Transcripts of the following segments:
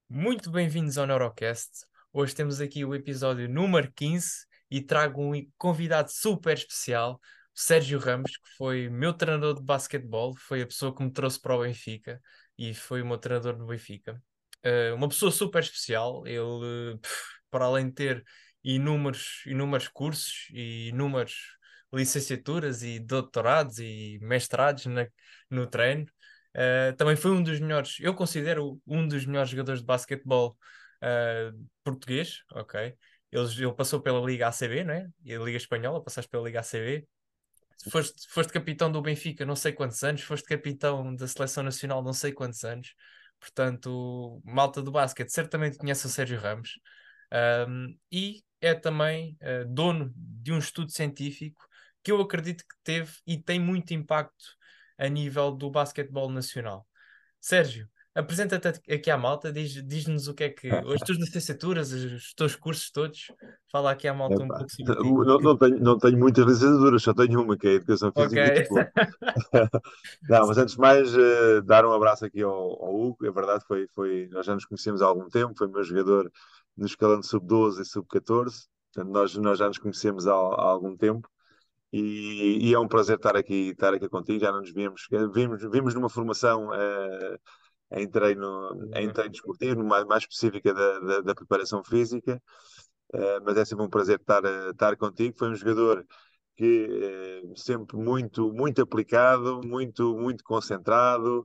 Muito bem-vindos ao Neurocast. Hoje temos aqui o episódio número 15 e trago um convidado super especial, o Sérgio Ramos, que foi meu treinador de basquetebol, foi a pessoa que me trouxe para o Benfica e foi o meu treinador no Benfica. Uma pessoa super especial, ele, para além de ter inúmeros cursos e inúmeras licenciaturas e doutorados e mestrados no treino. Também foi um dos melhores, eu considero um dos melhores jogadores de basquetebol português, ok? Ele passou pela Liga ACB, não é? E a Liga Espanhola, passaste pela Liga ACB. Foste capitão do Benfica não sei quantos anos, foste capitão da Seleção Nacional não sei quantos anos. Portanto, malta do basquete certamente conhece o Sérgio Ramos. E é também dono de um estudo científico que eu acredito que teve e tem muito impacto a nível do basquetebol nacional. Sérgio, apresenta-te aqui à malta, diz-nos o que é que. As tuas licenciaturas, os teus cursos todos. Fala aqui à malta um Epá, pouco sobre ti. não tenho muitas licenciaturas, só tenho uma, que é a Educação Ok. Física e Desporto. Não, mas antes de mais, dar um abraço aqui ao Hugo. É verdade, nós já nos conhecemos há algum tempo, foi meu jogador no escalão de sub-12 e sub-14. Portanto, nós já nos conhecemos há algum tempo e é um prazer estar aqui contigo. Já não nos víamos, vimos numa formação em treino desportivo, mais específica da preparação física. Mas é sempre um prazer estar contigo. Foi um jogador que sempre muito aplicado, muito concentrado,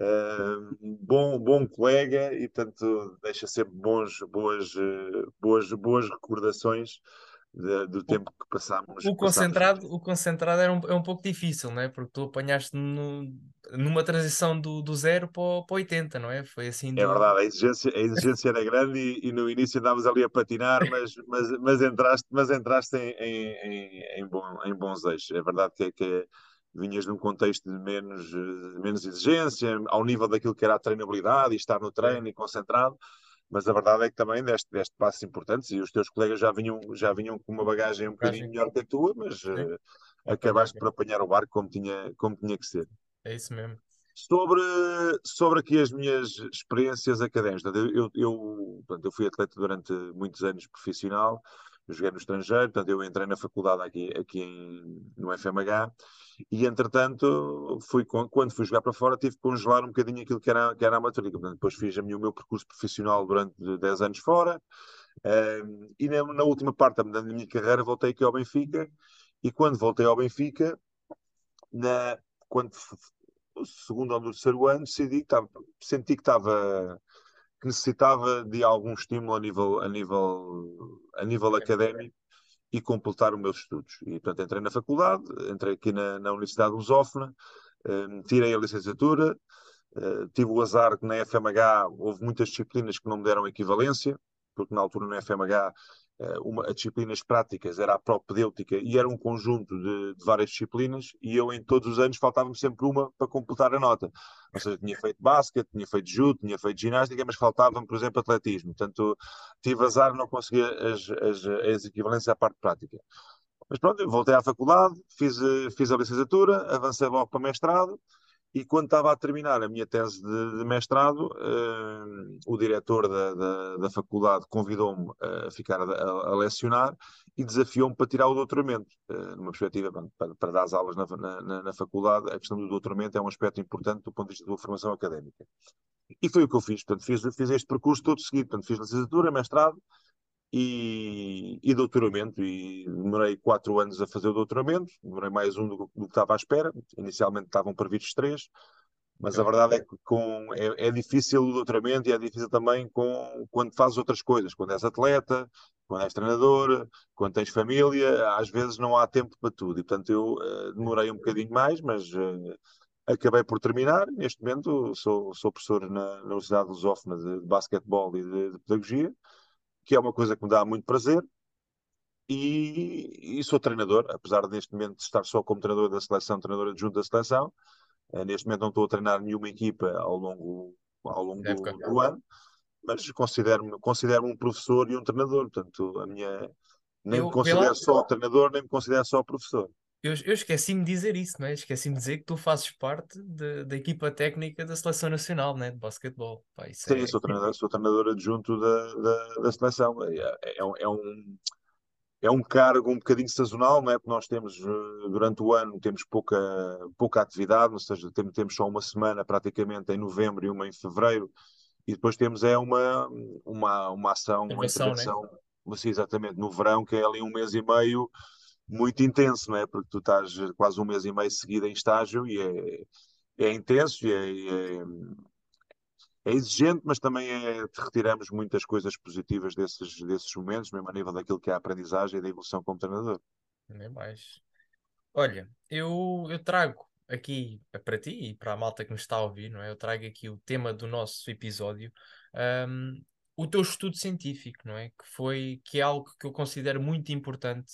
bom colega e, portanto, deixa sempre boas recordações do O, tempo que passámos, o que passámos juntos. concentrado, o concentrado é um pouco difícil, não é? Porque tu apanhaste numa transição do 0 para o 80, não é? Foi assim É do. verdade, a exigência era grande e no início andávamos ali a patinar, mas entraste em bons eixos. É verdade que vinhas num contexto de menos exigência, ao nível daquilo que era a treinabilidade e estar no Sim, treino e concentrado, mas a verdade é que também deste passos importantes e os teus colegas já vinham com uma bagagem um bocadinho coragem. melhor que a tua, mas Sim, ok, acabaste ok. por apanhar o barco como tinha que ser. É isso mesmo. Sobre, sobre aqui as minhas experiências académicas, portanto, portanto, eu fui atleta durante muitos anos profissional, eu joguei no estrangeiro, portanto, eu entrei na faculdade aqui no FMH e, entretanto, quando fui jogar para fora, tive que congelar um bocadinho aquilo que era a matrícula. Portanto, depois fiz o meu percurso profissional durante 10 anos fora, e na última parte da minha carreira voltei aqui ao Benfica e quando voltei ao Benfica, quando no segundo ou no terceiro ano, senti que necessitava de algum estímulo a nível académico e completar os meus estudos. E, portanto, entrei na faculdade, entrei aqui na Universidade de Lusófona, tirei a licenciatura, tive o azar que na FMH houve muitas disciplinas que não me deram equivalência, porque na altura no FMH as disciplinas práticas era a propedêutica e era um conjunto de várias disciplinas e eu em todos os anos faltava-me sempre uma para completar a nota. Ou seja, tinha feito basquete, tinha feito judo, tinha feito ginástica, mas faltava-me, por exemplo, atletismo. Portanto, tive azar, não conseguia as equivalências à parte prática. Mas pronto, eu voltei à faculdade, fiz a licenciatura, avancei logo para o mestrado e quando estava a terminar a minha tese de mestrado, o diretor da faculdade convidou-me a ficar a lecionar e desafiou-me para tirar o doutoramento. Numa perspectiva, pronto, para dar as aulas na faculdade, a questão do doutoramento é um aspecto importante do ponto de vista da formação académica. E foi o que eu fiz. Portanto, fiz este percurso todo seguido. Portanto, fiz licenciatura, mestrado e doutoramento. E demorei 4 anos a fazer o doutoramento, demorei mais um do que estava à espera. Inicialmente estavam previstos 3, mas a Ok. verdade é que é difícil o doutoramento e é difícil também quando fazes outras coisas, quando és atleta, quando és treinador, quando tens família, às vezes não há tempo para tudo. E portanto eu demorei um bocadinho mais, mas acabei por terminar. Neste momento sou professor na Universidade de Lusófona de basquetebol e de pedagogia, que é uma coisa que me dá muito prazer. E sou treinador, apesar de neste momento estar só como treinador da seleção, treinador adjunto da seleção. Neste momento não estou a treinar nenhuma equipa ao longo Na época. do ano, mas considero-me um professor e um treinador. Portanto, nem me Eu, vê lá, considero só treinador, nem me considero só professor. eu esqueci-me de dizer isso, não é? Esqueci-me de dizer que tu fazes parte da equipa técnica da Seleção Nacional, né? De basquetebol. Pá, isso Sim, é. sou treinador adjunto da seleção. É um cargo um bocadinho sazonal, não é? Porque nós temos, durante o ano, temos pouca atividade, ou seja, temos só uma semana praticamente em novembro e uma em fevereiro, e depois temos uma ação, uma Observação, né? intervenção, assim, exatamente, no verão, que é ali um mês e meio muito intenso, não é? Porque tu estás quase um mês e meio seguido em estágio e é intenso é exigente, mas também retiramos muitas coisas positivas desses momentos, mesmo a nível daquilo que é a aprendizagem e da evolução como treinador. Nem mais. Olha, eu trago aqui para ti e para a malta que nos está a ouvir, não é? Eu trago aqui o tema do nosso episódio, ahm, o teu estudo científico, não é? Que é algo que eu considero muito importante,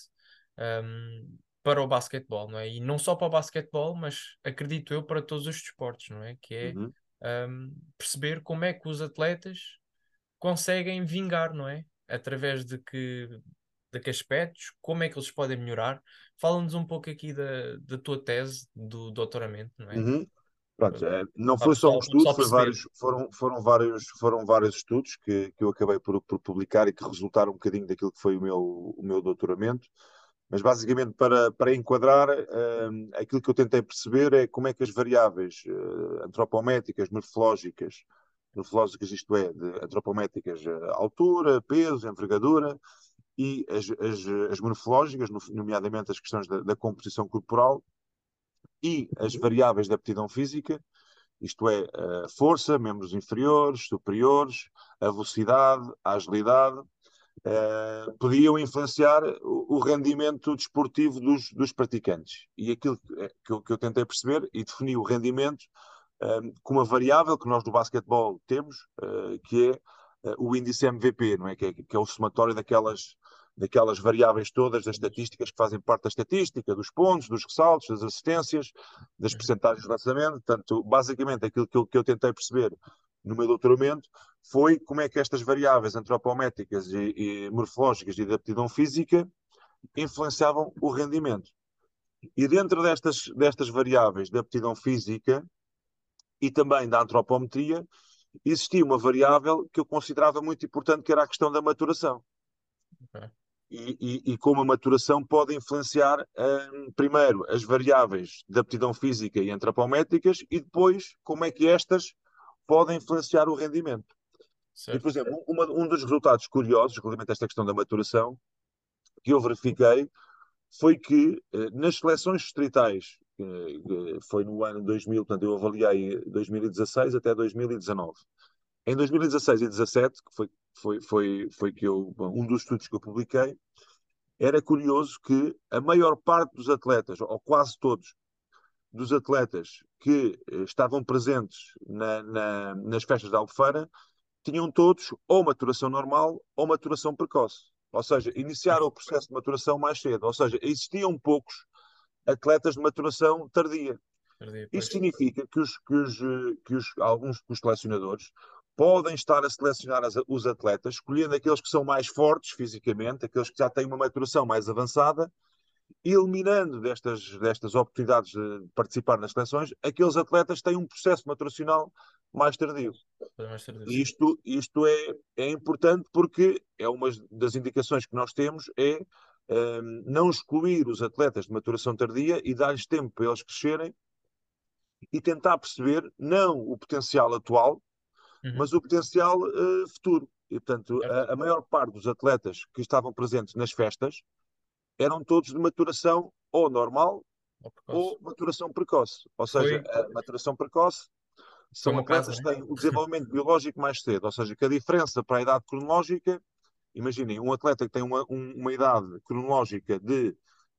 para o basquetebol, não é? E não só para o basquetebol, mas acredito eu para todos os desportos, não é? Que é, Uhum, perceber como é que os atletas conseguem vingar, não é? Através de que aspectos, como é que eles podem melhorar. Fala-nos um pouco aqui da tua tese do doutoramento, não é? uhum. Pronto, não Para o foi só um pessoal, para o estudo, pessoal perceber. foram vários estudos que eu acabei por publicar e que resultaram um bocadinho daquilo que foi o meu doutoramento. Mas basicamente, para enquadrar, aquilo que eu tentei perceber é como é que as variáveis antropométricas, morfológicas, isto é, antropométricas, altura, peso, envergadura, e as morfológicas, nomeadamente as questões da composição corporal, e as variáveis de aptidão física, isto é, a força, membros inferiores, superiores, a velocidade, a agilidade, podiam influenciar o rendimento desportivo dos praticantes. E aquilo que eu tentei perceber e defini o rendimento com uma variável que nós do basquetebol temos, que é o índice MVP, não é? Que é o somatório daquelas variáveis todas, das estatísticas que fazem parte da estatística, dos pontos, dos ressaltos, das assistências, das Uhum. percentagens de lançamento. Portanto, basicamente, aquilo que eu tentei perceber no meu doutoramento foi como é que estas variáveis antropométricas e morfológicas e de aptidão física influenciavam o rendimento. E dentro destas variáveis de aptidão física e também da antropometria, existia uma variável que eu considerava muito importante, que era a questão da maturação. Ok. E como a maturação pode influenciar, primeiro, as variáveis de aptidão física e antropométricas e depois como é que estas podem influenciar o rendimento. E, por Certo. exemplo, um dos resultados curiosos relativamente a esta questão da maturação que eu verifiquei foi que nas seleções distritais, que foi no ano 2000, portanto eu avaliei 2016 até 2019. Em 2016 e 2017, que foi um dos estudos que eu publiquei, era curioso que a maior parte dos atletas, ou quase todos, dos atletas que estavam presentes nas festas da Albufeira, tinham todos ou maturação normal ou maturação precoce. Ou seja, iniciaram o processo de maturação mais cedo. Ou seja, existiam poucos atletas de maturação tardia. Perdi, Isto pois. significa alguns dos selecionadores podem estar a selecionar os atletas, escolhendo aqueles que são mais fortes fisicamente, aqueles que já têm uma maturação mais avançada, eliminando destas oportunidades de participar nas seleções, aqueles atletas que têm um processo maturacional mais tardio. Depois mais tarde, E sim. isto é importante porque é uma das indicações que nós temos não excluir os atletas de maturação tardia e dar-lhes tempo para eles crescerem e tentar perceber não o potencial atual, Uhum. mas o potencial futuro. E, portanto, Certo. a maior parte dos atletas que estavam presentes nas festas eram todos de maturação ou normal Ao precoce. ou maturação precoce. Ou seja, Foi, a maturação precoce foi o são meu caso, atletas né? que têm o desenvolvimento biológico mais cedo. Ou seja, que a diferença para a idade cronológica, imaginem, um atleta que tem uma idade cronológica de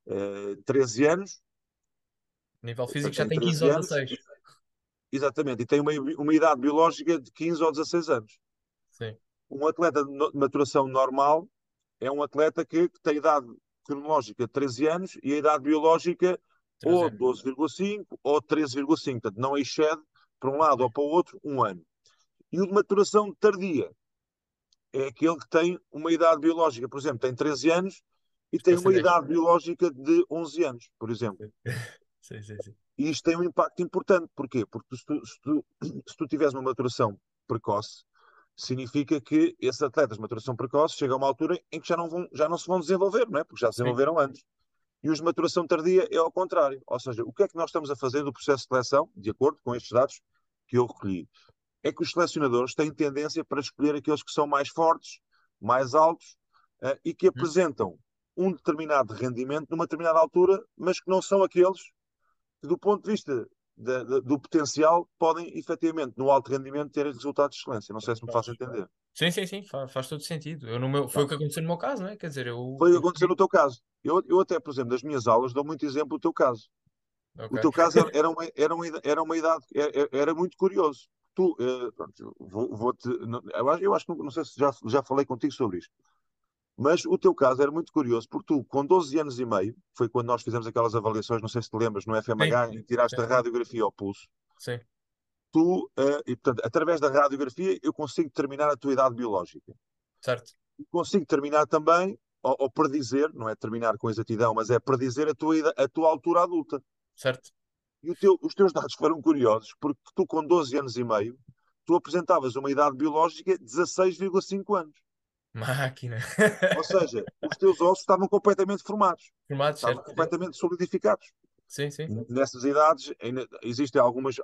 13 anos, A nível físico portanto, já tem tem 15 13 ou anos, 16. exatamente, e tem uma idade biológica de 15 ou 16 anos. Sim. Um atleta de maturação normal é um atleta que tem a idade cronológica de 13 anos e a idade biológica ou 3 anos. 12,5 ou 13,5. Portanto, não excede, para um lado ou Ok. para o outro, um ano. E o de maturação tardia é aquele que tem uma idade biológica, por exemplo, tem 13 anos e tem para uma ser 10. idade biológica de 11 anos, por exemplo. Sim, sim, sim. E isto tem um impacto importante. Porquê? Porque se tu tiveres uma maturação precoce, significa que esses atletas de maturação precoce chegam a uma altura em que já não se vão desenvolver, não é? Porque já se Sim. desenvolveram antes. E os de maturação tardia é ao contrário. Ou seja, o que é que nós estamos a fazer do processo de seleção, de acordo com estes dados que eu recolhi? É que os selecionadores têm tendência para escolher aqueles que são mais fortes, mais altos e que Hum. apresentam um determinado rendimento numa determinada altura, mas que não são aqueles que, do ponto de vista do potencial, podem efetivamente, no alto rendimento, ter resultados de excelência. Não sei se me faço Resultados. entender. Sim, sim, sim, faz todo sentido. Eu, no meu, foi o que aconteceu no meu caso, não é? Quer dizer, Foi o que eu aconteceu no teu caso. Eu até, por exemplo, das minhas aulas, dou muito exemplo do teu caso. ok. O teu caso era uma idade, era muito curioso. Tu, pronto, vou-te, eu acho que não sei se já falei contigo sobre isto, mas o teu caso era muito curioso, porque tu, com 12 anos e meio, foi quando nós fizemos aquelas avaliações, não sei se te lembras, no Sim, FMH, em que tiraste sim, a sim. radiografia ao pulso. Sim, Tu, e portanto, através da radiografia, eu consigo determinar a tua idade biológica. certo, E consigo determinar também, ou predizer, não é determinar com exatidão, mas é predizer a tua altura adulta. certo. E os teus dados foram curiosos, porque tu, com 12 anos e meio, tu apresentavas uma idade biológica de 16,5 anos. Máquina. Ou seja, os teus ossos estavam completamente formados, Formado, estavam certo, sim. completamente solidificados. Sim, sim. Nessas idades, ainda existem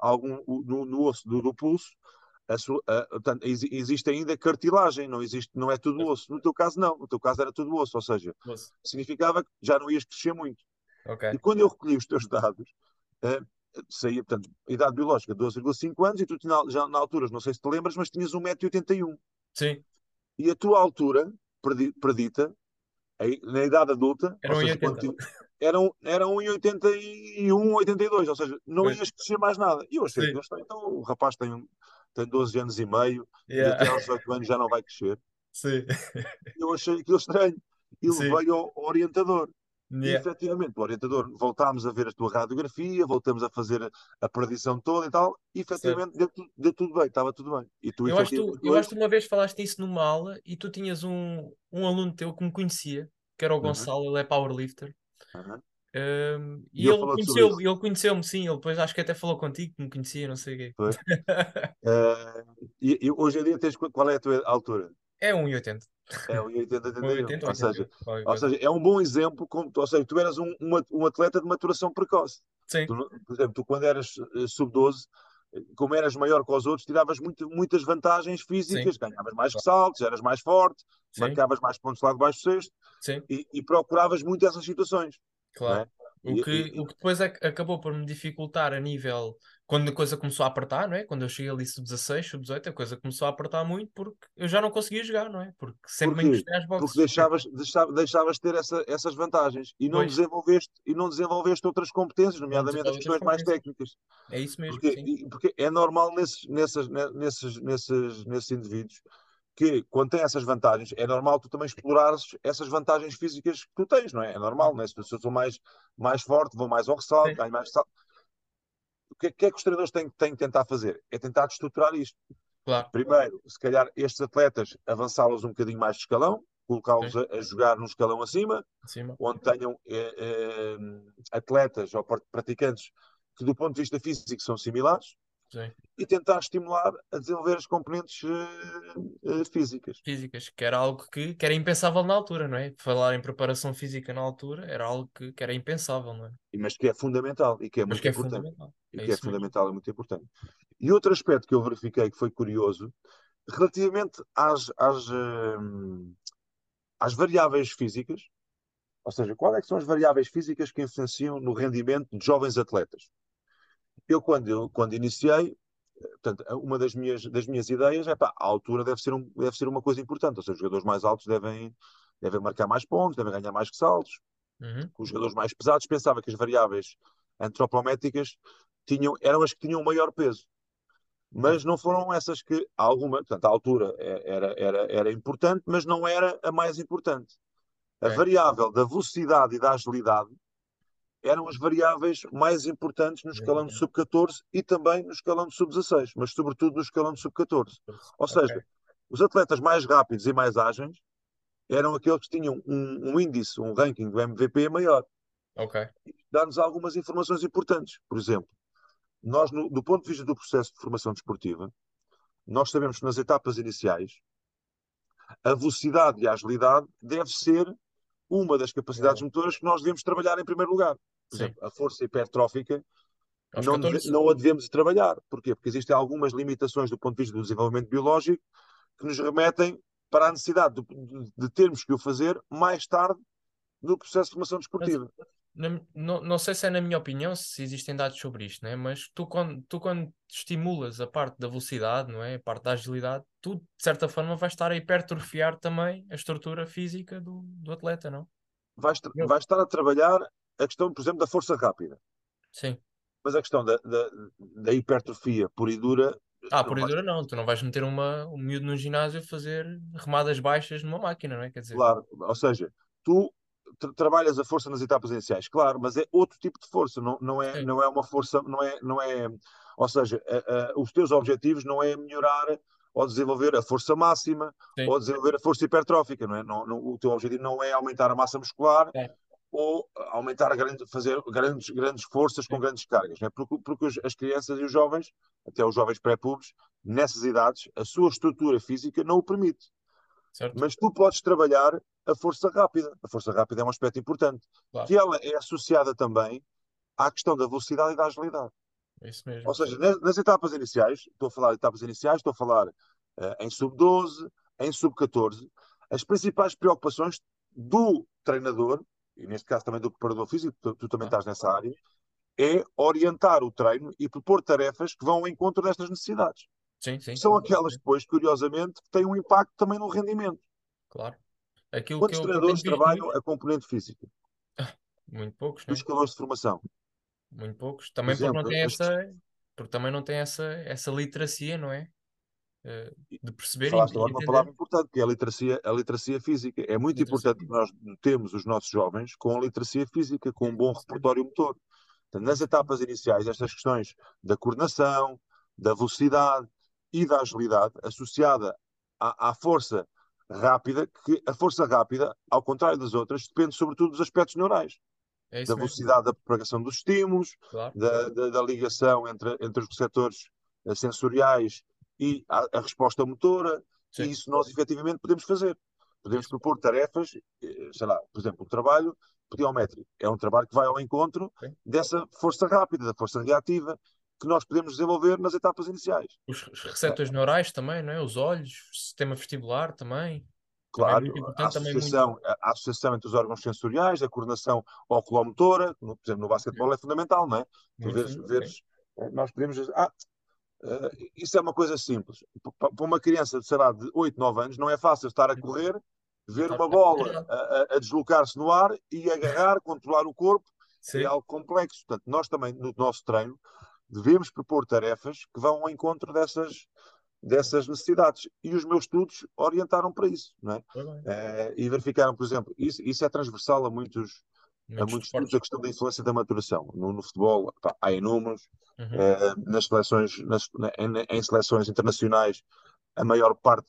no osso do pulso, portanto, existe ainda cartilagem, não existe, não é tudo Certo. osso. No teu caso, não. No teu caso era tudo osso, ou seja, Moço. significava que já não ias crescer muito. E Ok. quando eu recolhi os teus dados, eh, saía, portanto, idade biológica 12,5 anos, e tu já na altura, não sei se te lembras, mas tinhas 1,81 m. Sim, E a tua altura predita, na idade adulta, era ou um e seja, oitenta eram 1,81, 82, ou seja, não Pois. ias crescer mais nada. E eu achei Sim. aquilo estranho. Então o rapaz tem 12 anos e meio e Yeah. até aos 18 anos já não vai crescer. Sim. E eu achei aquilo estranho. E Sim. levei ao orientador. E Yeah. efetivamente, o orientador, voltámos a ver a tua radiografia, voltamos a fazer a predição toda e tal, e Certo. efetivamente deu tudo bem, estava tudo bem. E tu, efetivamente, Eu acho hoje. que uma vez falaste nisso numa aula e tu tinhas um aluno teu que me conhecia, que era o Uhum, Gonçalo, ele é powerlifter. uhum. E E ele falou sobre isso. ele conheceu-me, sim, ele depois acho que até falou contigo, que me conhecia, não sei o quê. Foi. E hoje em dia tens qual é a tua altura? É 1,80. É o 80, 81. 1,80 ou Ou seja, 81, qualquer ou coisa. seja, é um bom exemplo, ou seja, tu eras um atleta de maturação precoce. Sim, Por exemplo, tu quando eras sub-12, como eras maior que os outros, tiravas muitas vantagens sim, físicas, ganhavas mais claro. ressaltos, eras mais forte, Sim, marcavas mais pontos lá debaixo do cesto sim, e procuravas muito essas situações, não claro. é? E, O que depois acabou por me dificultar a nível. Quando a coisa começou a apertar, não é? Quando eu cheguei ali sub-16, sub-18, a coisa começou a apertar muito porque eu já não conseguia jogar, não é? Porque sempre me Porquê? encostei às Porque boxes. deixavas de ter essas vantagens Pois, e não desenvolveste outras competências, não nomeadamente as desenvolve outras questões mais competências. técnicas. É isso mesmo, Porque, sim. e- porque é normal nesses indivíduos que, quando têm essas vantagens, é normal tu também explorares essas vantagens físicas que tu tens, não é? É normal, não é? Se eu sou mais forte, vou mais ao ressalto, Sim, ganho mais ressalto. O que é que os treinadores têm que tentar fazer? É tentar estruturar isto. claro. Primeiro, se calhar estes atletas, avançá-los um bocadinho mais de escalão, colocá-los Sim, a jogar num escalão acima, acima. onde tenham atletas ou praticantes que, do ponto de vista físico, são similares, Sim. e tentar estimular a desenvolver as componentes físicas. Físicas, que era algo que era impensável na altura, não é? Falar em preparação física na altura era algo que era impensável, não é? Mas que é fundamental e que é Mas muito que é importante. fundamental. E É que é isso mesmo. fundamental e muito importante. E outro aspecto que eu verifiquei que foi curioso, relativamente às variáveis físicas, ou seja, quais é que são as variáveis físicas que influenciam no rendimento de jovens atletas? Eu quando iniciei, portanto, uma das minhas ideias é, pá, a altura deve ser uma coisa importante, ou seja, os jogadores mais altos devem marcar mais pontos, devem ganhar mais ressaltos. Uhum. Os jogadores mais pesados, pensava que as variáveis antropométricas eram as que tinham maior peso, Ok, mas não foram essas que portanto, a altura era importante, mas não era a mais importante. A ok. variável da velocidade e da agilidade eram as variáveis mais importantes no Mais escalão de importante. sub-14 e também no escalão de sub-16, mas sobretudo no escalão de sub-14. Ou Ok. seja, os atletas mais rápidos e mais ágeis eram aqueles que tinham um índice, um ranking do MVP maior. Ok. Dá-nos algumas informações importantes. Por exemplo, nós, do ponto de vista do processo de formação desportiva, nós sabemos que nas etapas iniciais, a velocidade e a agilidade deve ser uma das capacidades Não. motoras que nós devemos trabalhar em primeiro lugar. Por Sim. exemplo, a força hipertrófica Aos 14? não a devemos trabalhar. Porquê? Porque existem algumas limitações do ponto de vista do desenvolvimento biológico que nos remetem para a necessidade de termos que o fazer mais tarde no processo de formação Mas desportiva. não sei se é na minha opinião, se existem dados sobre isto, né? Mas tu quando estimulas a parte da velocidade, não é? A parte da agilidade, tu, de certa forma, vais estar a hipertrofiar também a estrutura física do atleta, não? Eu. Vai estar a trabalhar a questão, por exemplo, da força rápida. Sim. Mas a questão da hipertrofia pura e dura, Ah, não por aí vai dura ser. não. Tu não vais meter um miúdo no ginásio a fazer remadas baixas numa máquina, não é? Quer dizer, Claro, ou seja, tu trabalhas a força nas etapas iniciais, claro, mas é outro tipo de força, sim, não é uma força, ou seja, os teus objetivos não é melhorar ou desenvolver a força máxima sim. ou desenvolver a força hipertrófica, não é? O teu objetivo não é aumentar a massa muscular É, ou aumentar fazer grandes forças com sim. grandes cargas, não é? Porque as crianças e os jovens, até os jovens pré-pubs, nessas idades, a sua estrutura física não o permite. Certo? Mas tu podes trabalhar a força rápida. A força rápida é um aspecto importante, Claro. que ela é associada também à questão da velocidade e da agilidade. É isso Ou mesmo. seja, nas etapas iniciais, estou a falar de etapas iniciais, estou a falar em sub-12, em sub-14, as principais preocupações do treinador, e neste caso também do preparador físico, tu também Claro. estás nessa área, é orientar o treino e propor tarefas que vão ao encontro destas necessidades. Sim, sim. São aquelas depois, curiosamente, que têm um impacto também no rendimento. Claro. Aquilo que eu tenho Quantos visto treinadores muito, trabalham a componente física muito poucos, dos né? escalões de formação? Muito poucos. Por Também porque não exemplo, tem porque também não tem essa literacia, não é? Eh, de e perceber falaste e agora uma palavra entender. importante, que é a literacia física. É muito Literacia importante que física. nós temos os nossos jovens com a literacia física, com um bom Isso mesmo. repertório motor. Portanto, nas Isso mesmo. etapas iniciais, estas questões da coordenação, da velocidade e da agilidade, associada à força rápida, que a força rápida, ao contrário das outras, depende sobretudo dos aspectos neurais. É Da isso mesmo. velocidade da propagação dos estímulos, Claro. da ligação entre os receptores sensoriais e a resposta motora, e Sim. isso nós efetivamente podemos fazer. Podemos Isso. propor tarefas, sei lá, por exemplo, o trabalho pediométrico. É um trabalho que vai ao encontro Ok. dessa força rápida, da força reativa, que nós podemos desenvolver nas etapas iniciais. Os receptores neurais também, não é? Os olhos, o sistema vestibular também. Também é muito Claro, importante, também muito. a associação entre os órgãos sensoriais, a coordenação oculomotora, por exemplo, no basquetebol é fundamental, não é? Tu Muito, muito, sim. nós podemos dizer, isso é uma coisa simples. Para uma criança, sei lá, de 8 9 anos, não é fácil estar a correr, E ver está uma está bola controlado. a deslocar-se no ar e agarrar, controlar o corpo, é Sim. algo complexo. Portanto, nós também, no nosso treino, devemos propor tarefas que vão ao encontro dessas necessidades. E os meus estudos orientaram para isso, não é? Foi bem. E verificaram, por exemplo, isso é transversal a Muitos muitos estudos, a desportos. questão da influência da maturação. No futebol, pá, há inúmeros, Uhum. nas seleções, em seleções internacionais, a maior parte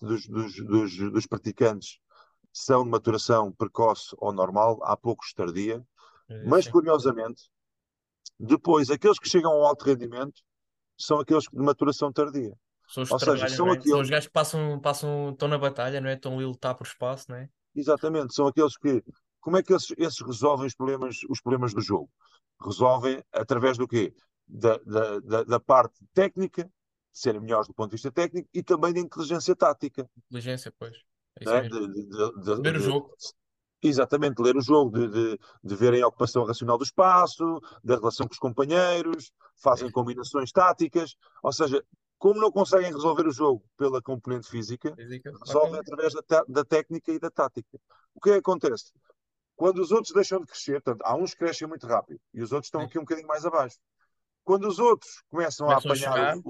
dos praticantes são de maturação precoce ou normal, há poucos tardia, mas Sim. curiosamente, depois, aqueles que chegam ao alto rendimento são aqueles de maturação tardia. São os que Ou seja, trabalham, não são é? São aqueles, os gajos que estão na batalha, não é? Estão ali a lutar por espaço, não é? exatamente, são aqueles que. Como é que esses resolvem os problemas do jogo? Resolvem através do quê? Da parte técnica, de serem melhores do ponto de vista técnico, e também da inteligência tática. Inteligência, pois. É isso Né? mesmo. Ler o jogo. Exatamente, ler o jogo, de verem a ocupação racional do espaço, da relação com os companheiros, É fazem isso. combinações táticas, ou seja, como não conseguem resolver o jogo pela componente física, Física. Ok. resolvem através da técnica e da tática. O que é que acontece? Quando os outros deixam de crescer, portanto, há uns que crescem muito rápido e os outros estão Sim. aqui um bocadinho mais abaixo. Quando os outros começam a Começam a apanhar chegar,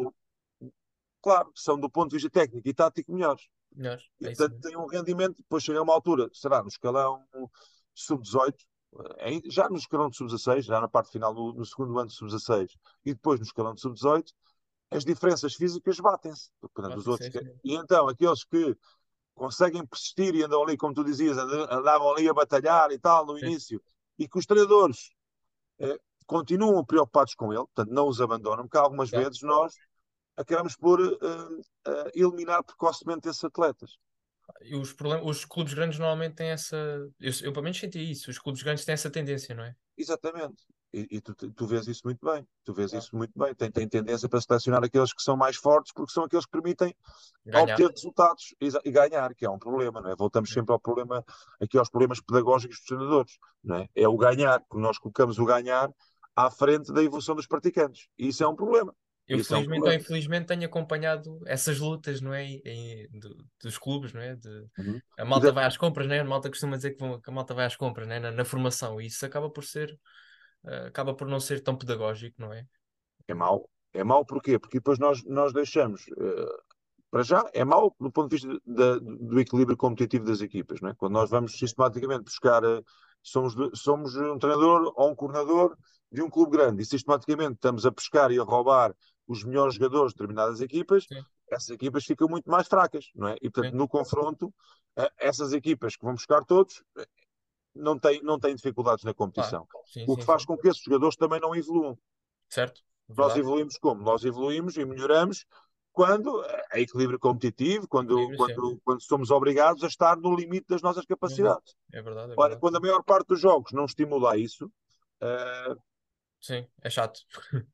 claro, são do ponto de vista técnico e tático melhores. melhores. E, É isso portanto, mesmo. tem um rendimento, depois chega a uma altura, será no escalão sub-18, já no escalão de sub-16, já na parte final, no segundo ano de sub-16, e depois no escalão de sub-18, as diferenças físicas batem-se. Portanto, os Bate, é outros. isso mesmo. E então, aqueles que conseguem persistir e andam ali, como tu dizias, andavam ali a batalhar e tal no sim, início, e que os treinadores continuam preocupados com ele, portanto não os abandonam, porque algumas claro. vezes nós acabamos por eliminar precocemente esses atletas. E os clubes grandes normalmente têm essa. Eu pelo menos senti isso. Os clubes grandes têm essa tendência, não é? Exatamente. E tu vês isso muito bem. Tu vês Claro. isso muito bem. Tem tendência para selecionar aqueles que são mais fortes, porque são aqueles que permitem Ganhar. obter resultados e ganhar, que é um problema, não é? Voltamos Sim. sempre ao problema, aqui aos problemas pedagógicos dos treinadores, não é? É o ganhar, porque nós colocamos o ganhar à frente da evolução dos praticantes. E isso é um problema. Eu Isso é um felizmente ou problema. infelizmente tenho acompanhado essas lutas, não é? Dos clubes, não é? Uhum. A E malta vai às compras, né? A malta costuma dizer que a malta vai às compras, né? Na formação. E isso acaba por ser, acaba por não ser tão pedagógico, não é? é mau. É mau porquê? Porque depois nós deixamos para já, é mau do ponto de vista do equilíbrio competitivo das equipas, não é? Quando nós vamos sistematicamente buscar, somos um treinador ou um coordenador de um clube grande e sistematicamente estamos a pescar e a roubar os melhores jogadores de determinadas equipas, Sim, essas equipas ficam muito mais fracas, não é? E portanto, sim. no confronto, essas equipas que vão buscar todos não têm dificuldades na Claro. competição. Sim, O que sim, faz sim. com que esses jogadores também não evoluam. Certo? Nós Verdade. evoluímos como? Nós evoluímos e melhoramos quando há equilíbrio competitivo, quando, Equilíbrio, sim. quando, quando somos obrigados a estar no limite das nossas No limite. capacidades. É verdade, é Ora, verdade. quando a maior parte dos jogos não estimula isso, uh, Sim, é chato.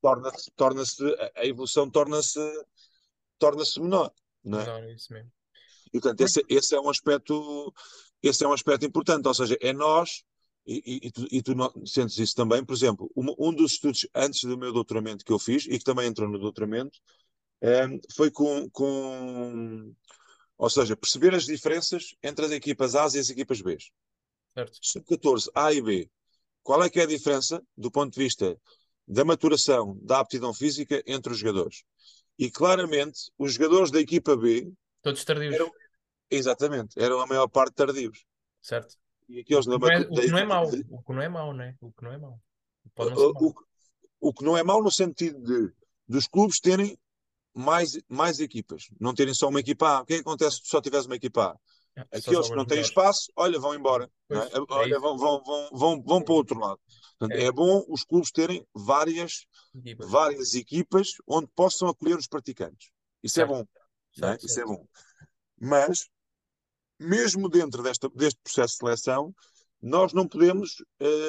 a evolução torna-se menor. Não é? Não, é isso mesmo. E, portanto, Muito. esse é um aspecto importante, ou seja, é nós, e tu sentes isso também, por exemplo, um dos estudos antes do meu doutoramento que eu fiz, e que também entrou no doutoramento, foi ou seja, perceber as diferenças entre as equipas A e as equipas B. Certo. Sub-14, A e B. Qual é que é a diferença do ponto de vista da maturação, da aptidão física entre os jogadores? E claramente, os jogadores da equipa B Todos tardios. eram, exatamente, eram a maior parte tardios. Certo. E aqueles O da que não é equipa. mau. O que não é mau, né? O que não é mau. Pode não ser mau. O, o que não é mau no sentido dos clubes terem mais equipas, não terem só uma equipa A. O que é que acontece se só tivesse uma equipa A? Só Aqueles que jogam não os têm melhores. espaço, olha, vão embora. Não é? Pois, é Olha, isso. vão para o outro lado. Portanto, É, é bom os clubes terem equipas. várias equipas onde possam acolher os praticantes. Isso é Certo, bom. Não é? certo, Isso é certo. bom. Mas, mesmo dentro deste processo de seleção, nós não podemos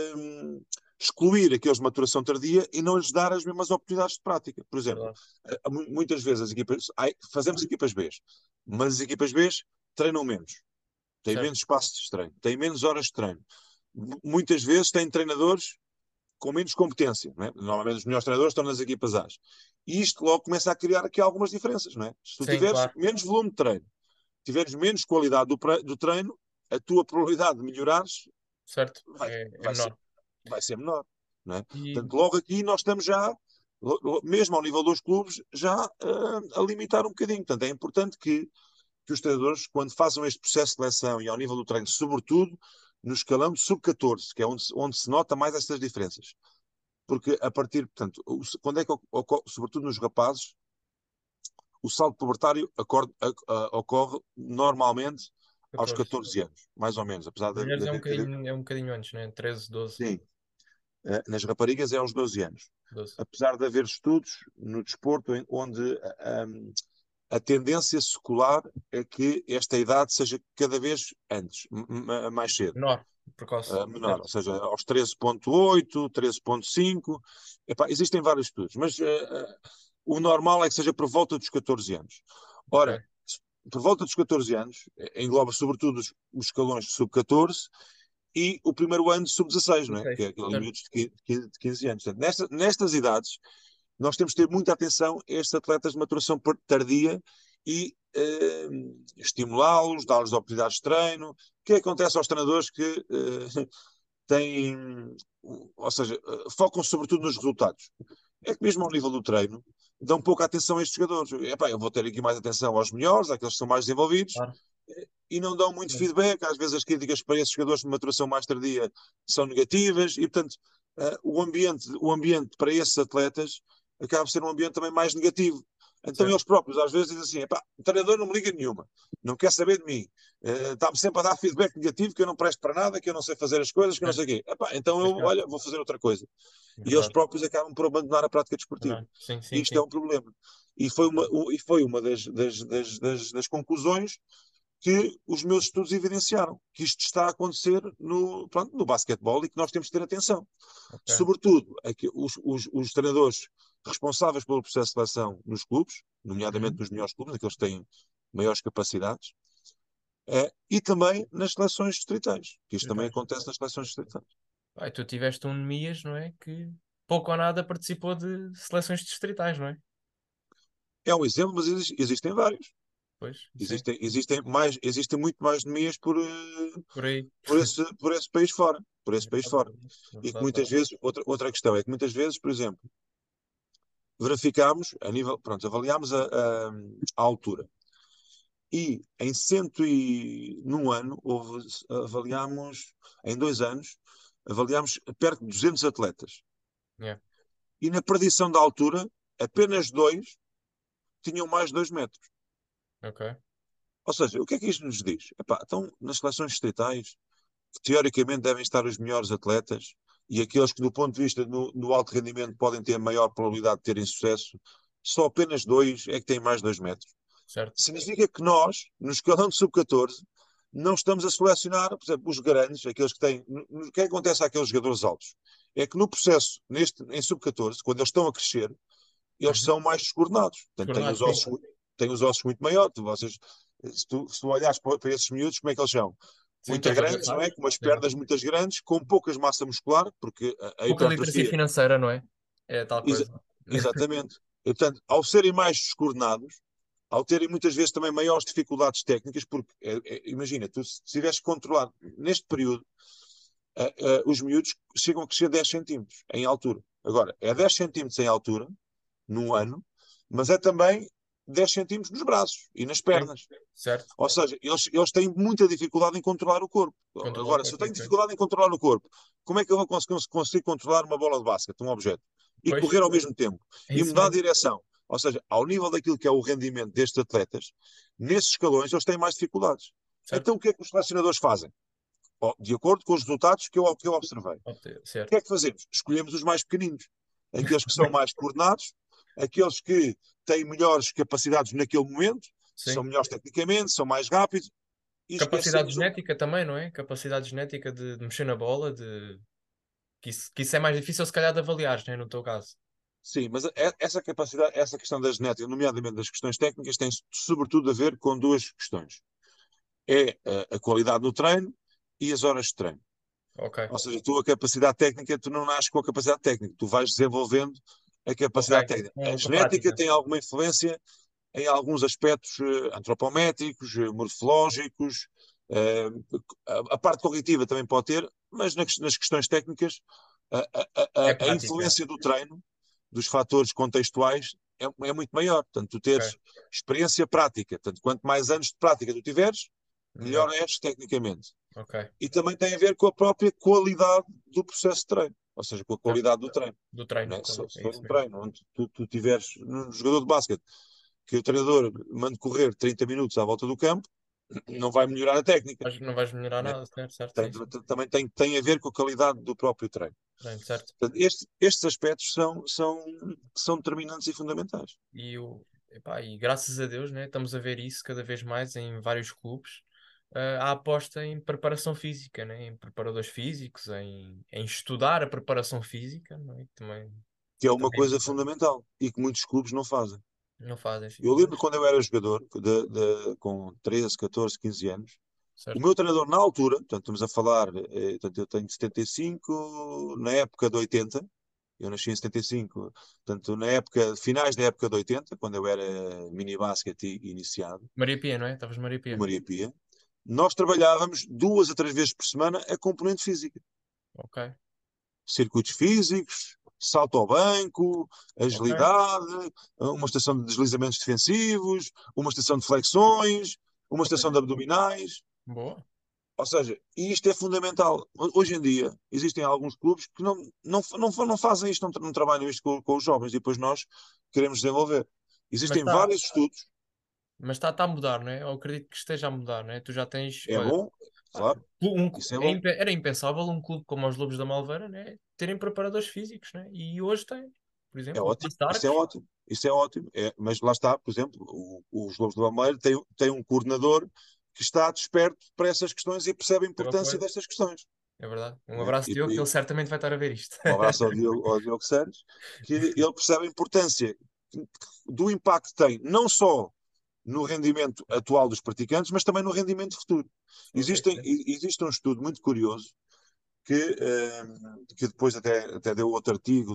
excluir aqueles de maturação tardia e não lhes dar as mesmas oportunidades de prática. Por exemplo, Verdade. muitas vezes fazemos equipas B, mas as equipas B treinam menos, têm Certo. menos espaço de treino, têm menos horas de treino. Muitas vezes têm treinadores com menos competência. Não é? Normalmente os melhores treinadores estão nas equipas A. E isto logo começa a criar aqui algumas diferenças. Não é? Se tu Sim, tiveres claro. menos volume de treino, tiveres menos qualidade do treino, a tua probabilidade de melhorares Certo. vai, É vai ser, menor. vai ser menor. Não é? E Portanto, logo aqui nós estamos já, mesmo ao nível dos clubes, já a limitar um bocadinho. Portanto, é importante que os treinadores, quando façam este processo de seleção e ao nível do treino, sobretudo no escalão de sub-14, que é onde se nota mais estas diferenças. Porque a partir, portanto, quando é que ocorre, sobretudo nos rapazes, o salto pubertário ocorre normalmente aos 14. 14 anos, mais ou menos, apesar As de mulheres haver. é um bocadinho antes, né? 13, 12, Sim, nas raparigas é aos 12 anos. 12. Apesar de haver estudos no desporto onde a tendência secular é que esta idade seja cada vez antes, mais cedo. Menor, precoce. Menor, ou Certo. seja, aos 13,8, 13,5. Existem vários estudos, mas o normal é que seja por volta dos 14 anos. Ok. Ora, por volta dos 14 anos, engloba sobretudo os escalões de sub-14 e o primeiro ano de sub-16, não é? Que 16. é aquele Certo. miúdos de 15 anos. Portanto, nestas idades, nós temos de ter muita atenção a estes atletas de maturação tardia e estimulá-los, dar-lhes oportunidades de treino. O que acontece aos treinadores que têm, ou seja, focam sobretudo nos resultados? É que mesmo ao nível do treino, dão pouca atenção a estes jogadores. Epá, eu vou ter aqui mais atenção aos melhores, àqueles que são mais desenvolvidos, Claro. e não dão muito Sim. feedback. Às vezes as críticas para esses jogadores de maturação mais tardia são negativas e, portanto, o ambiente para esses atletas acaba por ser um ambiente também mais negativo. Então certo. eles próprios às vezes dizem assim, epá, o treinador não me liga nenhuma, não quer saber de mim, está-me sempre a dar feedback negativo, que eu não presto para nada, que eu não sei fazer as coisas, que eu não sei o Certo. quê. Epá, então eu, Exato. olha, vou fazer outra coisa. E eles Verdade. próprios acabam por abandonar a prática desportiva. Verdade. Sim, sim, Isto é sim. um problema. E foi uma das conclusões que os meus estudos evidenciaram, que isto está a acontecer pronto, no basquetebol e que nós temos que ter atenção. Ok. Sobretudo, os treinadores responsáveis pelo processo de seleção nos clubes, nomeadamente Uhum. nos melhores clubes, aqueles que têm maiores capacidades, e também nas seleções distritais, que isto também Distritais. acontece nas seleções distritais. Ai, tu tiveste um Nemias, não é? Que pouco ou nada participou de seleções distritais, não é? É um exemplo, mas existem vários. Pois, sim. Existem muito mais anemias Por aí. por esse país fora. Por esse país Verdade, fora. E que verdade, muitas verdade. vezes, outra questão é que muitas vezes, por exemplo, verificámos, pronto, avaliámos a altura. E num ano, avaliámos, em 2 anos, avaliámos perto de 200 atletas. Yeah. E na predição da altura, apenas dois tinham mais de 2 metros. Ok. Ou seja, o que é que isto nos diz? Epá, então, nas seleções distritais, que teoricamente devem estar os melhores atletas e aqueles que, do ponto de vista no alto rendimento, podem ter maior probabilidade de terem sucesso, só apenas dois é que têm mais de 2 metros. Certo. Significa que nós, no escalão de sub-14, não estamos a selecionar, por exemplo, os grandes, aqueles que têm. O que acontece àqueles jogadores altos? É que no processo, em sub-14, quando eles estão a crescer, eles Uhum. são mais descoordenados. Portanto, têm Descoordenado, os sim. ossos, têm os ossos muito maiores. Se tu olhares para esses miúdos, como é que eles são? Sim, Muito estás a ver? grandes, não é? Com umas Sim. pernas muito grandes, com poucas massa muscular, porque a Pouca literacia hipertrofia. financeira, não é? É tal exa- coisa. Exatamente. E, portanto, ao serem mais descoordenados, ao terem muitas vezes também maiores dificuldades técnicas, porque, imagina, tu se tiveres que controlar, neste período, os miúdos chegam a crescer 10 centímetros em altura. Agora, é 10 centímetros em altura, num ano, mas é também 10 centímetros nos braços e nas Sim, pernas. certo. Ou seja, eles têm muita dificuldade em controlar o corpo. Controlar o Agora, se eu corpo, tenho ok. dificuldade em controlar o corpo, como é que eu vou conseguir controlar uma bola de basquete, um objeto? E Pois, correr ao mesmo tempo. é E isso mudar de mesmo. direção. Ou seja, ao nível daquilo que é o rendimento destes atletas, nesses escalões eles têm mais dificuldades. Certo? Então, o que é que os selecionadores fazem? De acordo com os resultados que eu observei. O que Certo. é que fazemos? Escolhemos os mais pequeninos. Aqueles que são mais coordenados, aqueles que têm melhores capacidades naquele momento, são Sim. melhores tecnicamente, são mais rápidos, e Capacidade esquecemos. genética também, não é? Capacidade genética de mexer na bola, de... que isso é mais difícil se calhar de avaliar, né? No teu caso. Sim, mas essa capacidade, essa questão da genética, nomeadamente das questões técnicas, tem sobretudo a ver com duas questões. É a qualidade do treino e as horas de treino. Ok. Ou seja, tu a capacidade técnica, tu não nasces com a capacidade técnica, tu vais desenvolvendo a Ok. capacidade técnica. A Com a genética prática. tem alguma influência em alguns aspectos antropométricos, morfológicos, eh, a parte cognitiva também pode ter, mas nas questões técnicas, a, É a prática. influência do treino, dos fatores contextuais, é muito maior. Portanto, tu teres Ok. experiência prática, portanto, quanto mais anos de prática tu tiveres, melhor Melhor. és tecnicamente. Ok. E também tem a ver com a própria qualidade do processo de treino, ou seja, com a Certo. qualidade do treino. Do treino. Né? Se É for isso um mesmo. treino onde tu tiveres um jogador de basquete que o treinador manda correr 30 minutos à volta do campo, não vai melhorar a técnica. Mas não vais melhorar Né? nada, certo? Certo, sim, sim. Também tem a ver com a qualidade do próprio treino. Treino, certo. Portanto, estes aspectos são determinantes e fundamentais. E graças a Deus, né, estamos a ver isso cada vez mais em vários clubes. A aposta em preparação física, né, em preparadores físicos, em estudar a preparação física, não é? Que é uma Também é coisa importante. fundamental e que muitos clubes não fazem. Não fazem, Eu lembro pois, quando eu era jogador, com 13, 14, 15 anos, o certo. meu treinador na altura, portanto, estamos a falar, portanto, eu tenho 75, na época de 80, eu nasci em 75, portanto, finais da época de 80, quando eu era mini basquete iniciado, Maria Pia, não é? Estavas Maria no Pia. Maria Pia, nós trabalhávamos 2 a 3 vezes por semana a componente física. Ok, Circuitos físicos, salto ao banco, ok. agilidade, uma estação de deslizamentos defensivos, uma estação de flexões, uma Ok. estação de abdominais. Boa. Ou seja, isto é fundamental. Hoje em dia, existem alguns clubes que não fazem isto, não trabalham isto com os jovens e depois nós queremos desenvolver. Mas Existem está vários estudos, tá a mudar, não é? Eu acredito que esteja a mudar, não é? Tu já tens, é olha, bom, claro, isso é bom. era impensável um clube como os Lobos da Malveira, né, terem preparadores físicos, né? E hoje tem, por É exemplo, o ótimo, Passo de isso é Arcos, ótimo, isso é ótimo. Mas lá está, por exemplo, os Lobos do Palmeiras têm um coordenador que está desperto para essas questões e percebe a mesma importância coisa, destas questões. é verdade. Um Né? abraço, Diogo, que ele certamente vai estar a ver isto. Um abraço ao Diogo Santos, que ele percebe a importância do impacto que tem, não só no rendimento atual dos praticantes, mas também no rendimento futuro. Ok, Existe um estudo muito curioso que depois até deu outro artigo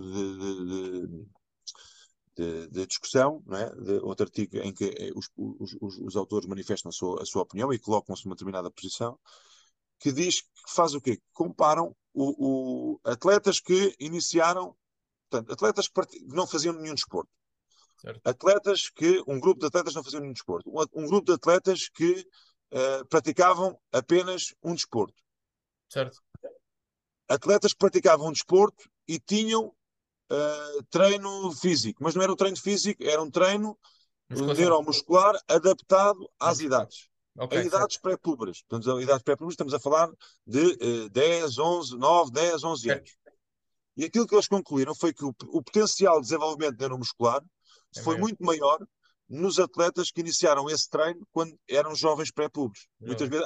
de discussão, não é? Outro artigo em que os autores manifestam a sua opinião e colocam-se numa determinada posição, que diz que faz o quê? Comparam atletas que iniciaram, portanto, atletas que não faziam nenhum desporto, certo, um grupo de atletas não faziam nenhum desporto, um grupo de atletas que praticavam apenas um desporto, certo. atletas que praticavam um desporto e tinham treino físico, mas não era um treino físico, era um treino Musculação, neuromuscular adaptado já às percebi. idades. A Ok, certo. idades pré-púberes. Portanto, a idades pré-púberes estamos a falar de 10, 11, 9, 10, 11 Ok, anos. E aquilo que eles concluíram foi que o potencial de desenvolvimento neuromuscular é foi maior. muito maior nos atletas que iniciaram esse treino quando eram jovens pré-púberes. Muitas Jovens. vezes,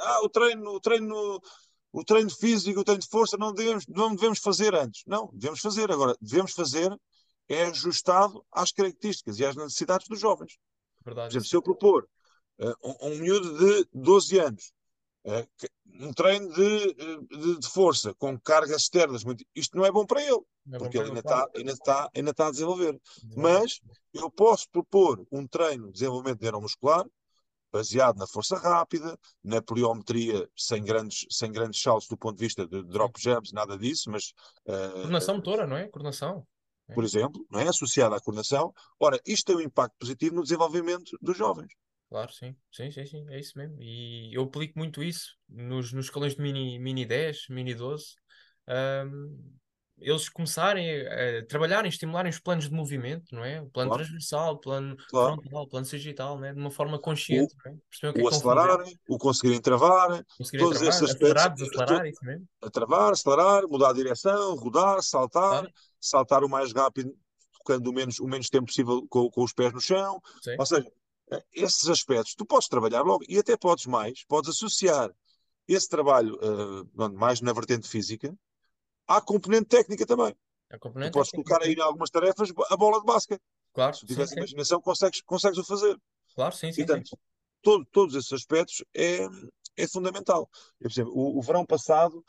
o treino físico, o treino de força não devemos fazer antes. Não, devemos fazer. Agora, devemos fazer é ajustado às características e às necessidades dos jovens. Por Verdade, exemplo, isso se eu propor um miúdo de 12 anos, um treino de força com cargas externas, isto não é bom para ele, não é bom porque para ele ele, claro. ainda está a desenvolver. Desenvolver. Mas eu posso propor um treino de desenvolvimento neuromuscular baseado na força rápida, na pliometria, sem grandes saltos do ponto de vista de Sim. drop jabs, nada disso, mas Coordenação motora, não é? Coordenação. por É. exemplo, não é associada à coordenação. Ora, isto tem um impacto positivo no desenvolvimento dos jovens. Claro, sim. Sim, sim, sim. É isso mesmo. E eu aplico muito isso nos escalões de mini 10 mini 12. Ahm, eles começarem a trabalharem, estimularem os planos de movimento, não é? O plano Claro, transversal, o plano claro. frontal, o plano sagital, não é? De uma forma O, consciente, não é? Perceber o que é o que estão a fazer, acelerarem, o conseguirem travar, conseguirem todos esses travar, aspectos, acelerar, desacelerar, isso mesmo. a travar, acelerar, mudar a direção, rodar, saltar, Claro, saltar o mais rápido, tocando o menos tempo possível com os pés no chão. sim. Ou seja, esses aspectos tu podes trabalhar logo e até podes associar esse trabalho mais na vertente física à componente técnica também. A Tu componente podes técnica, colocar aí sim. em algumas tarefas a bola de basquete. Claro, Se tu sim, tiveres sim. imaginação, consegues o fazer. Claro, sim, E, sim, sim. portanto, todos esses aspectos é fundamental. Eu, por exemplo, o verão passado,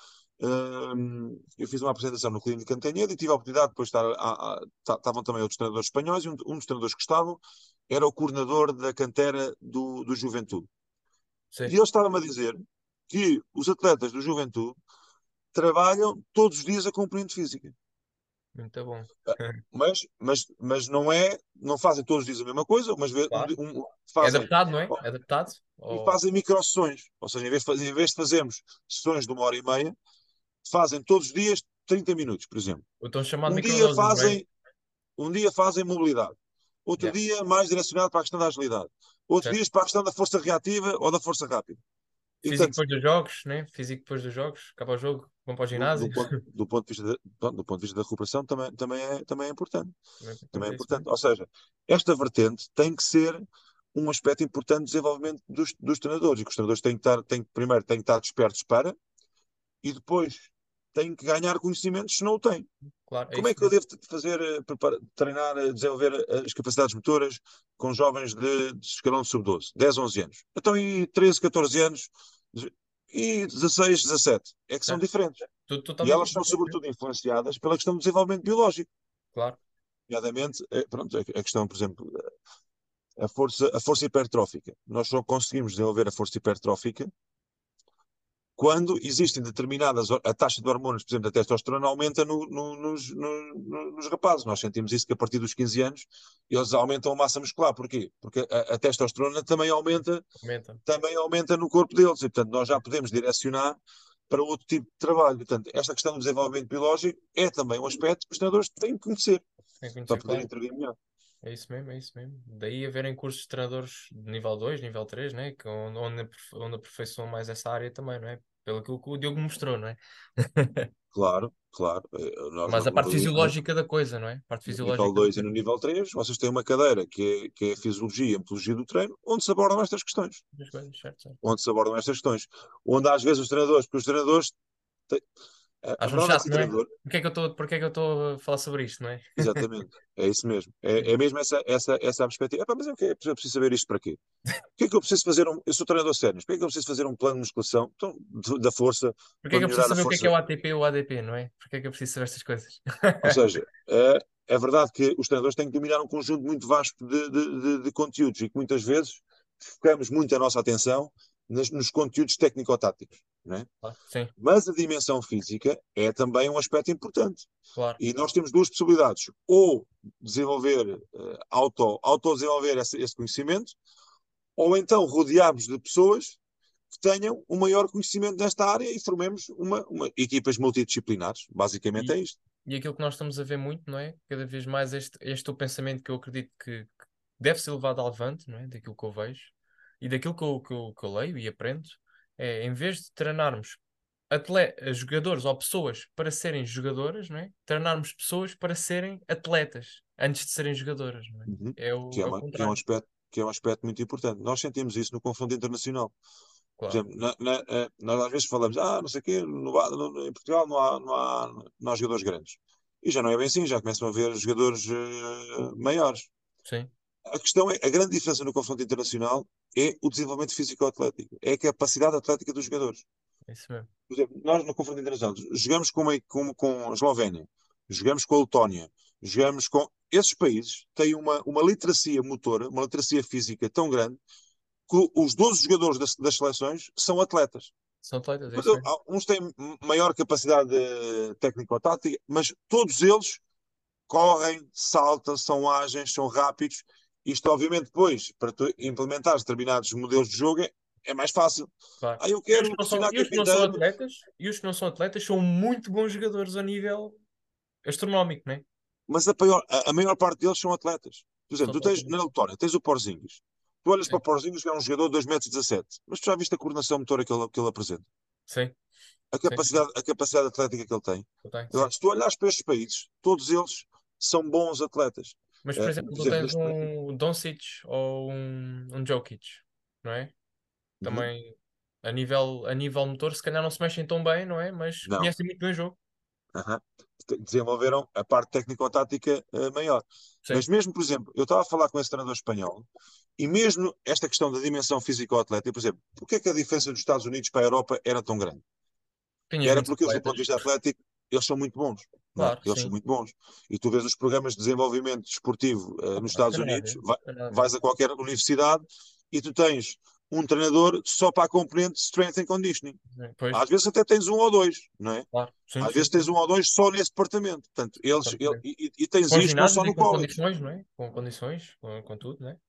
eu fiz uma apresentação no Clínico Cantanhede e tive a oportunidade depois de estar. Estavam também outros treinadores espanhóis e um dos treinadores que estavam era o coordenador da cantera do Juventude. Sim. E ele estava-me a dizer que os atletas do Juventude trabalham todos os dias a componente física. Muito bom. Mas não fazem todos os dias a mesma coisa, mas Claro. É fazem adaptado, não é? É adaptado. e Ou fazem micro-sessões. Ou seja, em vez de fazermos sessões de 1 hora e meia, fazem todos os dias 30 minutos, por exemplo. o tão chamado Um dia microdosing, não é? fazem, um dia fazem mobilidade, outro Yeah. dia mais direcionado para a questão da agilidade, outro Certo. dia para a questão da força reativa ou da força rápida. E, Físico portanto, depois dos jogos, né? Físico depois dos jogos, acaba o jogo, vão para o do, ginásio. do ponto, do ponto de vista do ponto de vista da recuperação, também é importante. Também é Também importante, é é isso importante. mesmo. Ou seja, esta vertente tem que ser um aspecto importante do desenvolvimento dos treinadores, e que os treinadores primeiro têm que estar despertos para, e depois têm que ganhar conhecimentos se não o têm. Claro, é Como é isso que eu mesmo. devo fazer, treinar, desenvolver as capacidades motoras com jovens de escalão de sub-12, 10, 11 anos? Então, e 13, 14 anos e 16, 17? É que são Certo. diferentes. Tudo E totalmente elas são, diferente, é isso mesmo. sobretudo, influenciadas pela questão do desenvolvimento biológico. Claro. Nomeadamente, pronto, a questão, por exemplo, a força hipertrófica. Nós só conseguimos desenvolver a força hipertrófica quando existem determinadas, a taxa de hormonas, por exemplo, da testosterona aumenta nos rapazes. Nós sentimos isso que a partir dos 15 anos eles aumentam a massa muscular. Porquê? Porque a testosterona Aumenta. também aumenta no corpo deles. E, portanto, nós já podemos direcionar para outro tipo de trabalho. Portanto, esta questão do desenvolvimento biológico é também um aspecto que os treinadores têm que conhecer Tem que para conhecer, poder claro. intervir melhor. É isso mesmo, é isso mesmo. Daí haverem cursos de treinadores de nível 2 nível 3 né? Onde aperfeiçoam mais essa área também, não é? Pelo que o Diogo mostrou, não é? Claro, claro. Nós Mas a parte fisiológica da coisa, não é? A parte no nível fisiológica da 2 e coisa. no nível 3 vocês têm uma cadeira que é a Fisiologia e Metodologia do Treino, onde se abordam estas questões. Das coisas, certo, certo. Onde se abordam estas questões. Onde às vezes os treinadores, porque os treinadores, têm- a Acham verdade é que chato, o não é? treinador, Porque é que eu estou a falar sobre isto, não é? exatamente, é isso mesmo. É mesmo essa a perspectiva. Epá, mas é o quê? Eu preciso saber isto para quê? Porquê é que eu preciso fazer eu sou treinador sério, porquê é que eu preciso fazer um plano de musculação então, da força Porque é para que eu preciso melhorar a saber o que é força? o ATP ou o ADP, não é? Porque é que eu preciso saber estas coisas? Ou seja, é verdade que os treinadores têm que dominar um conjunto muito vasto de conteúdos e que muitas vezes focamos muito a nossa atenção nos conteúdos técnico-táticos, não é? Ah, sim, Mas a dimensão física é também um aspecto importante. claro. E nós temos duas possibilidades: ou desenvolver, auto-desenvolver esse conhecimento, ou então rodearmos de pessoas que tenham um maior conhecimento nesta área e formemos equipas multidisciplinares. Basicamente E, é isto. e aquilo que nós estamos a ver muito, não é? Cada vez mais este é o pensamento que eu acredito que deve ser levado ao levante, não é? Daquilo que eu vejo e daquilo que eu leio e aprendo, é em vez de treinarmos jogadores ou pessoas para serem jogadoras, não é? Treinarmos pessoas para serem atletas antes de serem jogadoras, não é? Uhum. É Que o, é, é o que é um contrário, aspecto, que é um aspecto muito importante. Nós sentimos isso no confronto internacional. Por claro. exemplo, nós às vezes falamos, não sei o quê, em Portugal não há jogadores grandes. E já não é bem assim, já começam a haver jogadores maiores. Sim, A questão é, a grande diferença no confronto internacional é o desenvolvimento físico-atlético, é a capacidade atlética dos jogadores. é isso mesmo. Por exemplo, nós no confronto internacional jogamos com a Eslovénia, jogamos com a Letónia, jogamos com. Esses países têm uma literacia motora, uma literacia física tão grande que os 12 jogadores das seleções são atletas. São atletas, é Depois, isso mesmo. uns têm maior capacidade técnico-tática, mas todos eles correm, saltam, são ágeis, são rápidos. Isto, obviamente, depois, para tu implementares determinados modelos de jogo, é mais fácil. Claro. Eu E os quero que não são, pressionar e os que não são carpinteiro, atletas, são muito bons jogadores a nível astronómico, né? mas a maior parte deles são atletas. Por São exemplo, tu tens atletas. na Letónia, tens o Porzingis. Tu olhas para Sim, o Porzingis, que é um jogador de 2,17 m, mas tu já viste a coordenação motora que ele apresenta, sim, a sim, sim. capacidade atlética que ele tem. Eu tenho, Agora, sim. se tu olhares para estes países, todos eles são bons atletas. Mas, por Por exemplo, tu exemplo, tens um Doncic ou um Jokic, não é? Uhum. Também a nível motor, se calhar não se mexem tão bem, não é? Mas Não. conhecem muito bem o jogo. Aham. Desenvolveram a parte técnico-tática maior. Sim. Mas mesmo, por exemplo, eu estava a falar com esse treinador espanhol e mesmo esta questão da dimensão físico-atlética, por exemplo, porquê é que a diferença dos Estados Unidos para a Europa era tão grande? Tinhas Era muitos porque eles, do ponto de atletas. vista atlético, eles são muito bons. Não é? Claro, Eles são sim. muito bons. E tu vês os programas de desenvolvimento desportivo nos Opa, não Estados tem nada a Unidos, ver. Não tem nada a ver. vais a qualquer universidade e tu tens um treinador só para a componente Strength and Conditioning. Pois, Às vezes até tens um ou dois, não é? claro. Sim, Às sim, vezes tens sim. um ou dois só nesse departamento. Portanto, Exatamente. e tens Com isto não ginásios só e no com college. condições, não é? Com condições, com tudo, não é?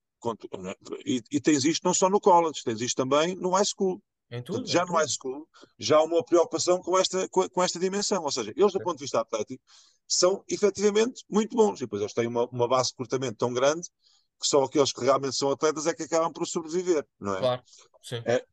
E tens isto não só no college, tens isto também no high school. Em Portanto, tudo, em já no high tudo. school, já há uma preocupação com esta dimensão. Ou seja, eles, do ponto de vista atlético, são efetivamente muito bons. E depois eles têm uma base de recrutamento tão grande que só aqueles que realmente são atletas é que acabam por sobreviver, não é? Claro, sim, É,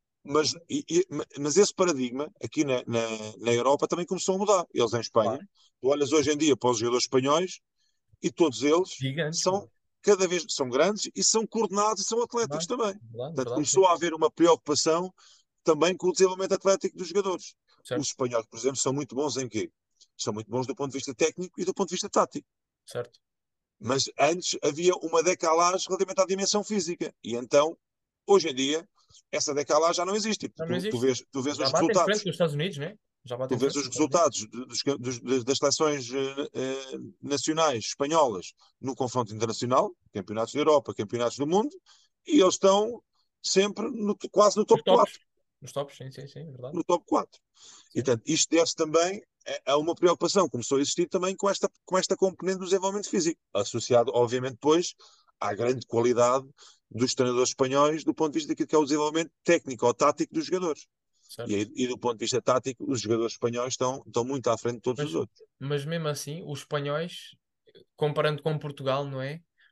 mas esse paradigma aqui na Europa também começou a mudar. Eles em Espanha, claro. tu olhas hoje em dia para os jogadores espanhóis e todos eles Gigantes, meu. são cada vez são grandes e são coordenados e são atléticos Verdade, também. verdade, Portanto, verdade, começou sim. a haver uma preocupação também com o desenvolvimento atlético dos jogadores. Os Certo, espanhóis, por exemplo, são muito bons em quê? São muito bons do ponto de vista técnico e do ponto de vista tático. certo. Mas antes havia uma decalagem relativamente à dimensão física. E então, hoje em dia, essa decalagem já não existe. Não, não Tu existe. vês, tu vês Já os batem de frente resultados. com os Estados Unidos, né? Já Tu batem de vês frente os com os Estados Unidos. resultados das seleções nacionais espanholas no confronto internacional, campeonatos da Europa, campeonatos do mundo, e eles estão sempre quase no Nos top tops. 4, Nos tops, sim, sim, sim, verdade. no top 4. E, Sim, portanto, isto deve-se também a uma preocupação que começou a existir também com esta componente do desenvolvimento físico, associado, obviamente, depois à grande qualidade dos treinadores espanhóis do ponto de vista daquilo que é o desenvolvimento técnico ou tático dos jogadores. certo. E do ponto de vista tático, os jogadores espanhóis estão muito à frente de todos os Mas, outros. mas mesmo assim, os espanhóis, comparando com Portugal, não é?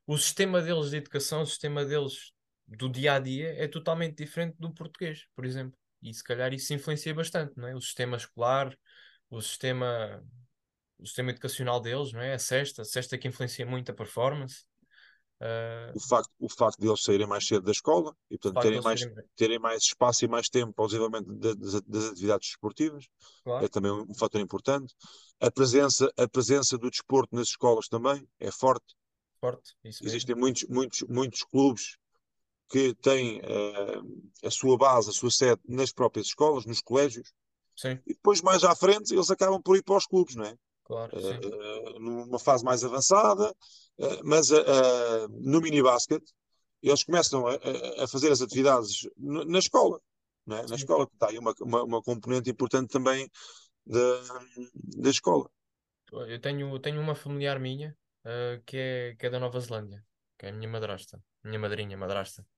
o sistema deles de educação, o sistema deles do dia a dia é totalmente diferente do português, por exemplo. E se calhar isso influencia bastante, não é? O sistema escolar, o sistema, o sistema educacional deles, não é? A cesta que influencia muito a performance. Uh, O facto de eles saírem mais cedo da escola e, o portanto, facto de eles serem. terem mais espaço e mais tempo para o desenvolvimento das atividades desportivas é Claro, também um fator importante. A presença do desporto nas escolas também é forte. forte, isso mesmo. Existem muitos clubes que têm a sua base, a sua sede nas próprias escolas, nos colégios, Sim, e depois, mais à frente, eles acabam por ir para os clubes, não é? claro, sim. Numa fase mais avançada, mas no mini-basket, eles começam a fazer as atividades na escola, não é? Na Sim. escola, que está aí uma componente importante também da, da escola. Eu tenho uma familiar minha, que é da Nova Zelândia, que é a minha madrasta, minha madrinha, madrasta.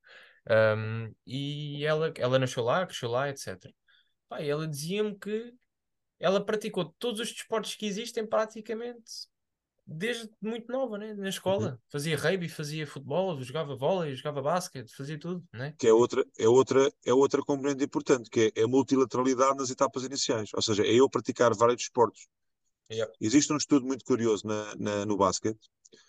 E ela nasceu lá, cresceu lá, etc. Pá, e ela dizia-me que ela praticou todos os desportos que existem praticamente desde muito nova, né? Na Uhum. escola. Fazia rugby, fazia futebol, jogava vôlei, jogava basquete, fazia tudo, né? Que é outra componente importante, que é a multilateralidade nas etapas iniciais. Ou seja, é eu praticar vários desportos. Yep. Existe um estudo muito curioso no basquete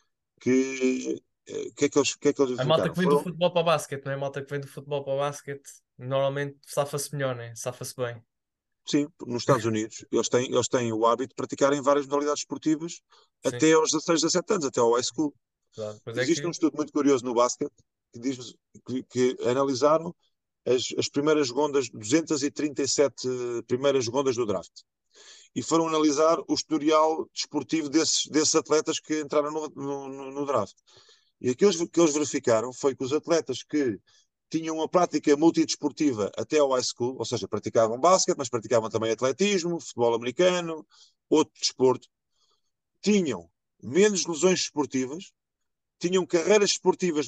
que o que é que eles A malta verificaram? que vem do Foram, futebol para o basquete, não é? A malta que vem do futebol para o basquete normalmente safa-se melhor, né? Safa-se bem. sim, nos Estados Unidos, eles têm o hábito de praticarem várias modalidades esportivas Sim, até aos 16, 17 anos, até ao high school. claro. Pois é Existe um que. estudo muito curioso no basquete que diz que analisaram as primeiras rondas, 237 primeiras rondas do draft. E foram analisar o historial desportivo desses atletas que entraram no draft. E aquilo que eles verificaram foi que os atletas que tinham uma prática multidesportiva até ao high school, ou seja, praticavam basquete, mas praticavam também atletismo, futebol americano, outro desporto, tinham menos lesões esportivas, tinham carreiras esportivas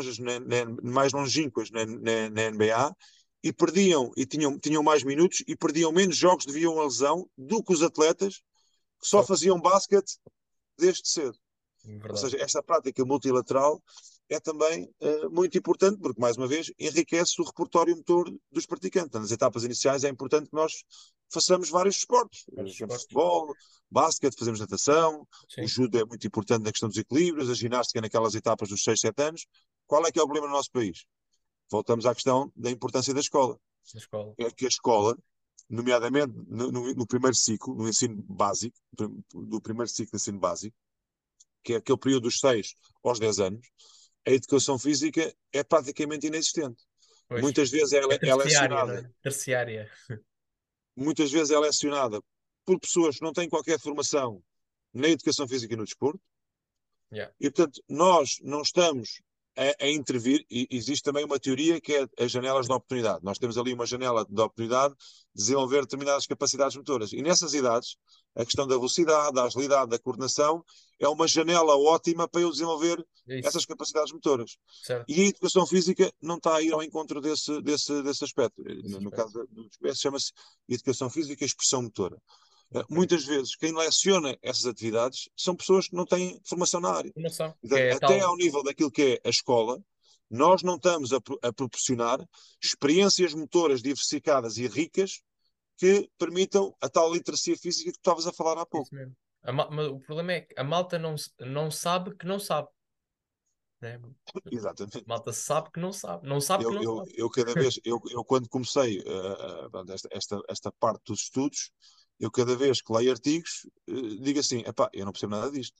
mais longínquas na NBA e perdiam e tinham mais minutos e perdiam menos jogos devido a uma lesão do que os atletas que só Só. faziam basquete desde cedo. Ou Verdade. seja, esta prática multilateral é também muito importante, porque, mais uma vez, enriquece o repertório motor dos praticantes. Nas etapas iniciais é importante que nós façamos vários esportes. Vários Jogamos esportes. futebol, basquete, fazemos natação, o Sim, judo é muito importante na questão dos equilíbrios, a ginástica naquelas etapas dos 6, 7 anos. Qual é que é o problema no nosso país? Voltamos à questão da importância da escola. na escola. É que a escola, nomeadamente no primeiro ciclo, no ensino básico, do primeiro ciclo de ensino básico, que é aquele período dos 6 aos 10 anos, a educação física é praticamente inexistente. Pois. Muitas vezes É é terciária, não lecionada, é? Terciária. muitas vezes é lecionada por pessoas que não têm qualquer formação na educação física e no desporto, Yeah. e portanto nós não estamos a intervir, e existe também uma teoria que é as janelas de oportunidade. Nós temos ali uma janela de oportunidade de desenvolver determinadas capacidades motoras. E nessas idades, a questão da velocidade, da agilidade, da coordenação, é uma janela ótima para eu desenvolver É isso. essas capacidades motoras. Certo. E a educação física não está a ir ao encontro desse aspecto. Esse No aspecto. caso do espécie, chama-se educação física e expressão motora. Ok. Muitas vezes, quem leciona essas atividades são pessoas que não têm formação na área. Noção. Que Portanto, é até tal. ao nível daquilo que é a escola, nós não estamos a proporcionar experiências motoras diversificadas e ricas que permitam a tal literacia física que tu estavas a falar há pouco. Isso mesmo. Mas o problema é que a malta não sabe que não sabe, né? A Exatamente. malta sabe que não sabe. Não sabe que Eu, não eu, sabe. eu cada vez, eu quando comecei esta parte dos estudos, eu cada vez que leio artigos, digo assim, epá, eu não percebo nada disto.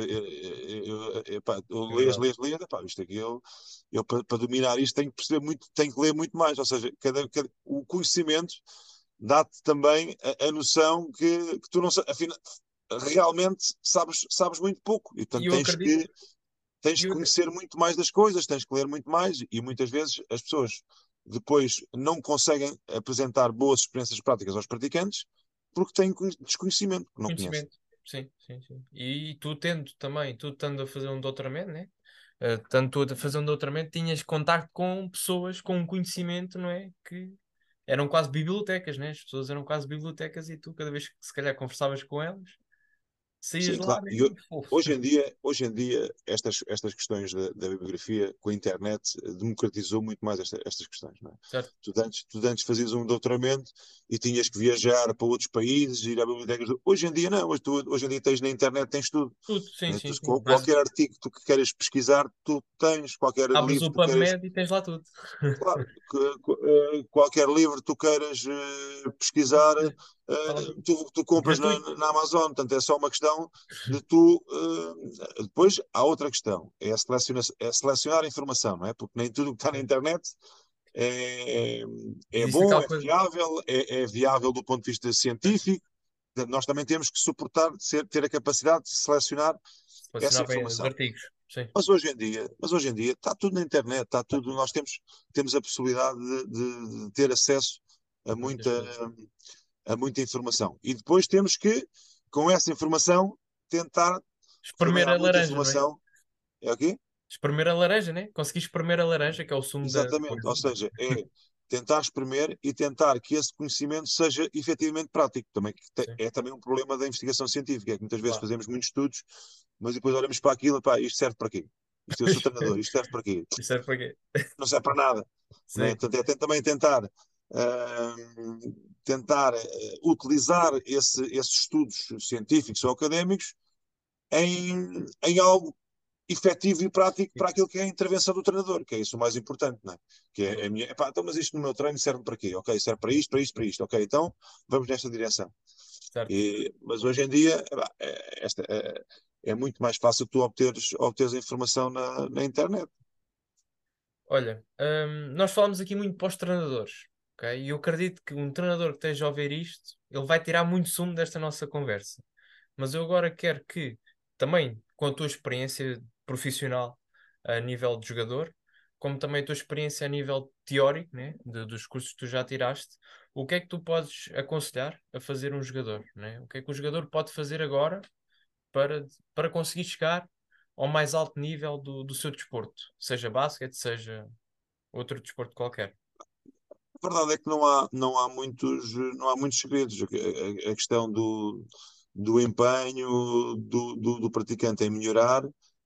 Eu É leio, verdade. leio, leio, epá, isto aqui eu para dominar isto tenho que perceber muito, tenho que ler muito mais. Ou seja, o conhecimento dá-te também a noção que tu não afinal, realmente sabes muito pouco. E E portanto eu acredito. tens que Eu, ac- conhecer muito mais das coisas, tens que ler muito mais, e muitas vezes as pessoas depois não conseguem apresentar boas experiências práticas aos praticantes porque têm desconhecimento, que não conhecem. Conhecimento. Sim, sim, sim. E tu tendo também, tu estando a fazer um doutoramento, né? Tanto tu a fazer um doutoramento, tinhas contacto com pessoas com um conhecimento, não é? Que eram quase bibliotecas, né? As pessoas eram quase bibliotecas e tu, cada vez que se calhar conversavas com elas. Saías Sim, lá claro. e fofo. Hoje em dia estas questões da bibliografia com a internet democratizou muito mais estas questões, não é? Certo? Tu antes fazias um doutoramento e tinhas que viajar para outros países, ir à biblioteca. Hoje em dia não, hoje em dia tens na internet, tens tudo. Tudo, sim, sim, sim. Qualquer artigo que tu queiras pesquisar, tu tens, qualquer Abres livro o que tu queiras. PubMed e tens lá tudo. Claro, qualquer livro tu queiras pesquisar, Está lá tudo. tu compras na, Gratuito. na Amazon. Portanto, é só uma questão de tu. Depois há outra questão, é selecionar a informação, não é? Porque nem tudo que está na Sim. internet é, é Existe bom, aquela é coisa. fiável, é viável do ponto de vista Sim. científico. Portanto, nós também temos que suportar, ter a capacidade de selecionar essa Selecionar bem os informação. artigos. Sim. Mas hoje em dia está tudo na internet, está Está tudo, tudo. nós temos a possibilidade de ter acesso a Muitas muita, coisas. a muita informação. E depois temos que, com essa informação, tentar, porque também Espremer há a muita laranja, não é? informação. É o quê? Espremer a laranja, né? Consegui espremer a laranja, que é o sumo da Exatamente. coisa. Ou seja, é tentar espremer e tentar que esse conhecimento seja efetivamente prático. Também, Sim, é também um problema da investigação científica, é que muitas vezes claro. fazemos muitos estudos, mas depois olhamos para aquilo, pá, isto serve para quê? Isto eu sou treinador, isto serve para quê? Isto serve para quê? Não serve para nada. Né? Sim. Portanto, também tentar utilizar esses estudos científicos ou académicos em algo efetivo e prático para aquilo que é a intervenção do treinador, que é isso o mais importante, não é? Que Sem é a dúvida. minha, epá, então, mas isto no meu treino serve para quê? Ok, serve para isto, para isto, para isto. Ok, então vamos nesta direção. Certo. Mas hoje em dia, epá, é muito mais fácil tu obteres a informação na internet. Olha, nós falamos aqui muito para os treinadores, ok? E eu acredito que um treinador que esteja a ouvir isto, ele vai tirar muito sumo desta nossa conversa. Mas eu agora quero que, também com a tua experiência profissional a nível de jogador, como também a tua experiência a nível teórico, né, dos cursos que tu já tiraste, o que é que tu podes aconselhar a fazer um jogador, né? O que é que o jogador pode fazer agora para conseguir chegar ao mais alto nível do seu desporto, seja basquete, seja outro desporto qualquer. A verdade é que não há muitos segredos. A questão do empenho do praticante em melhorar,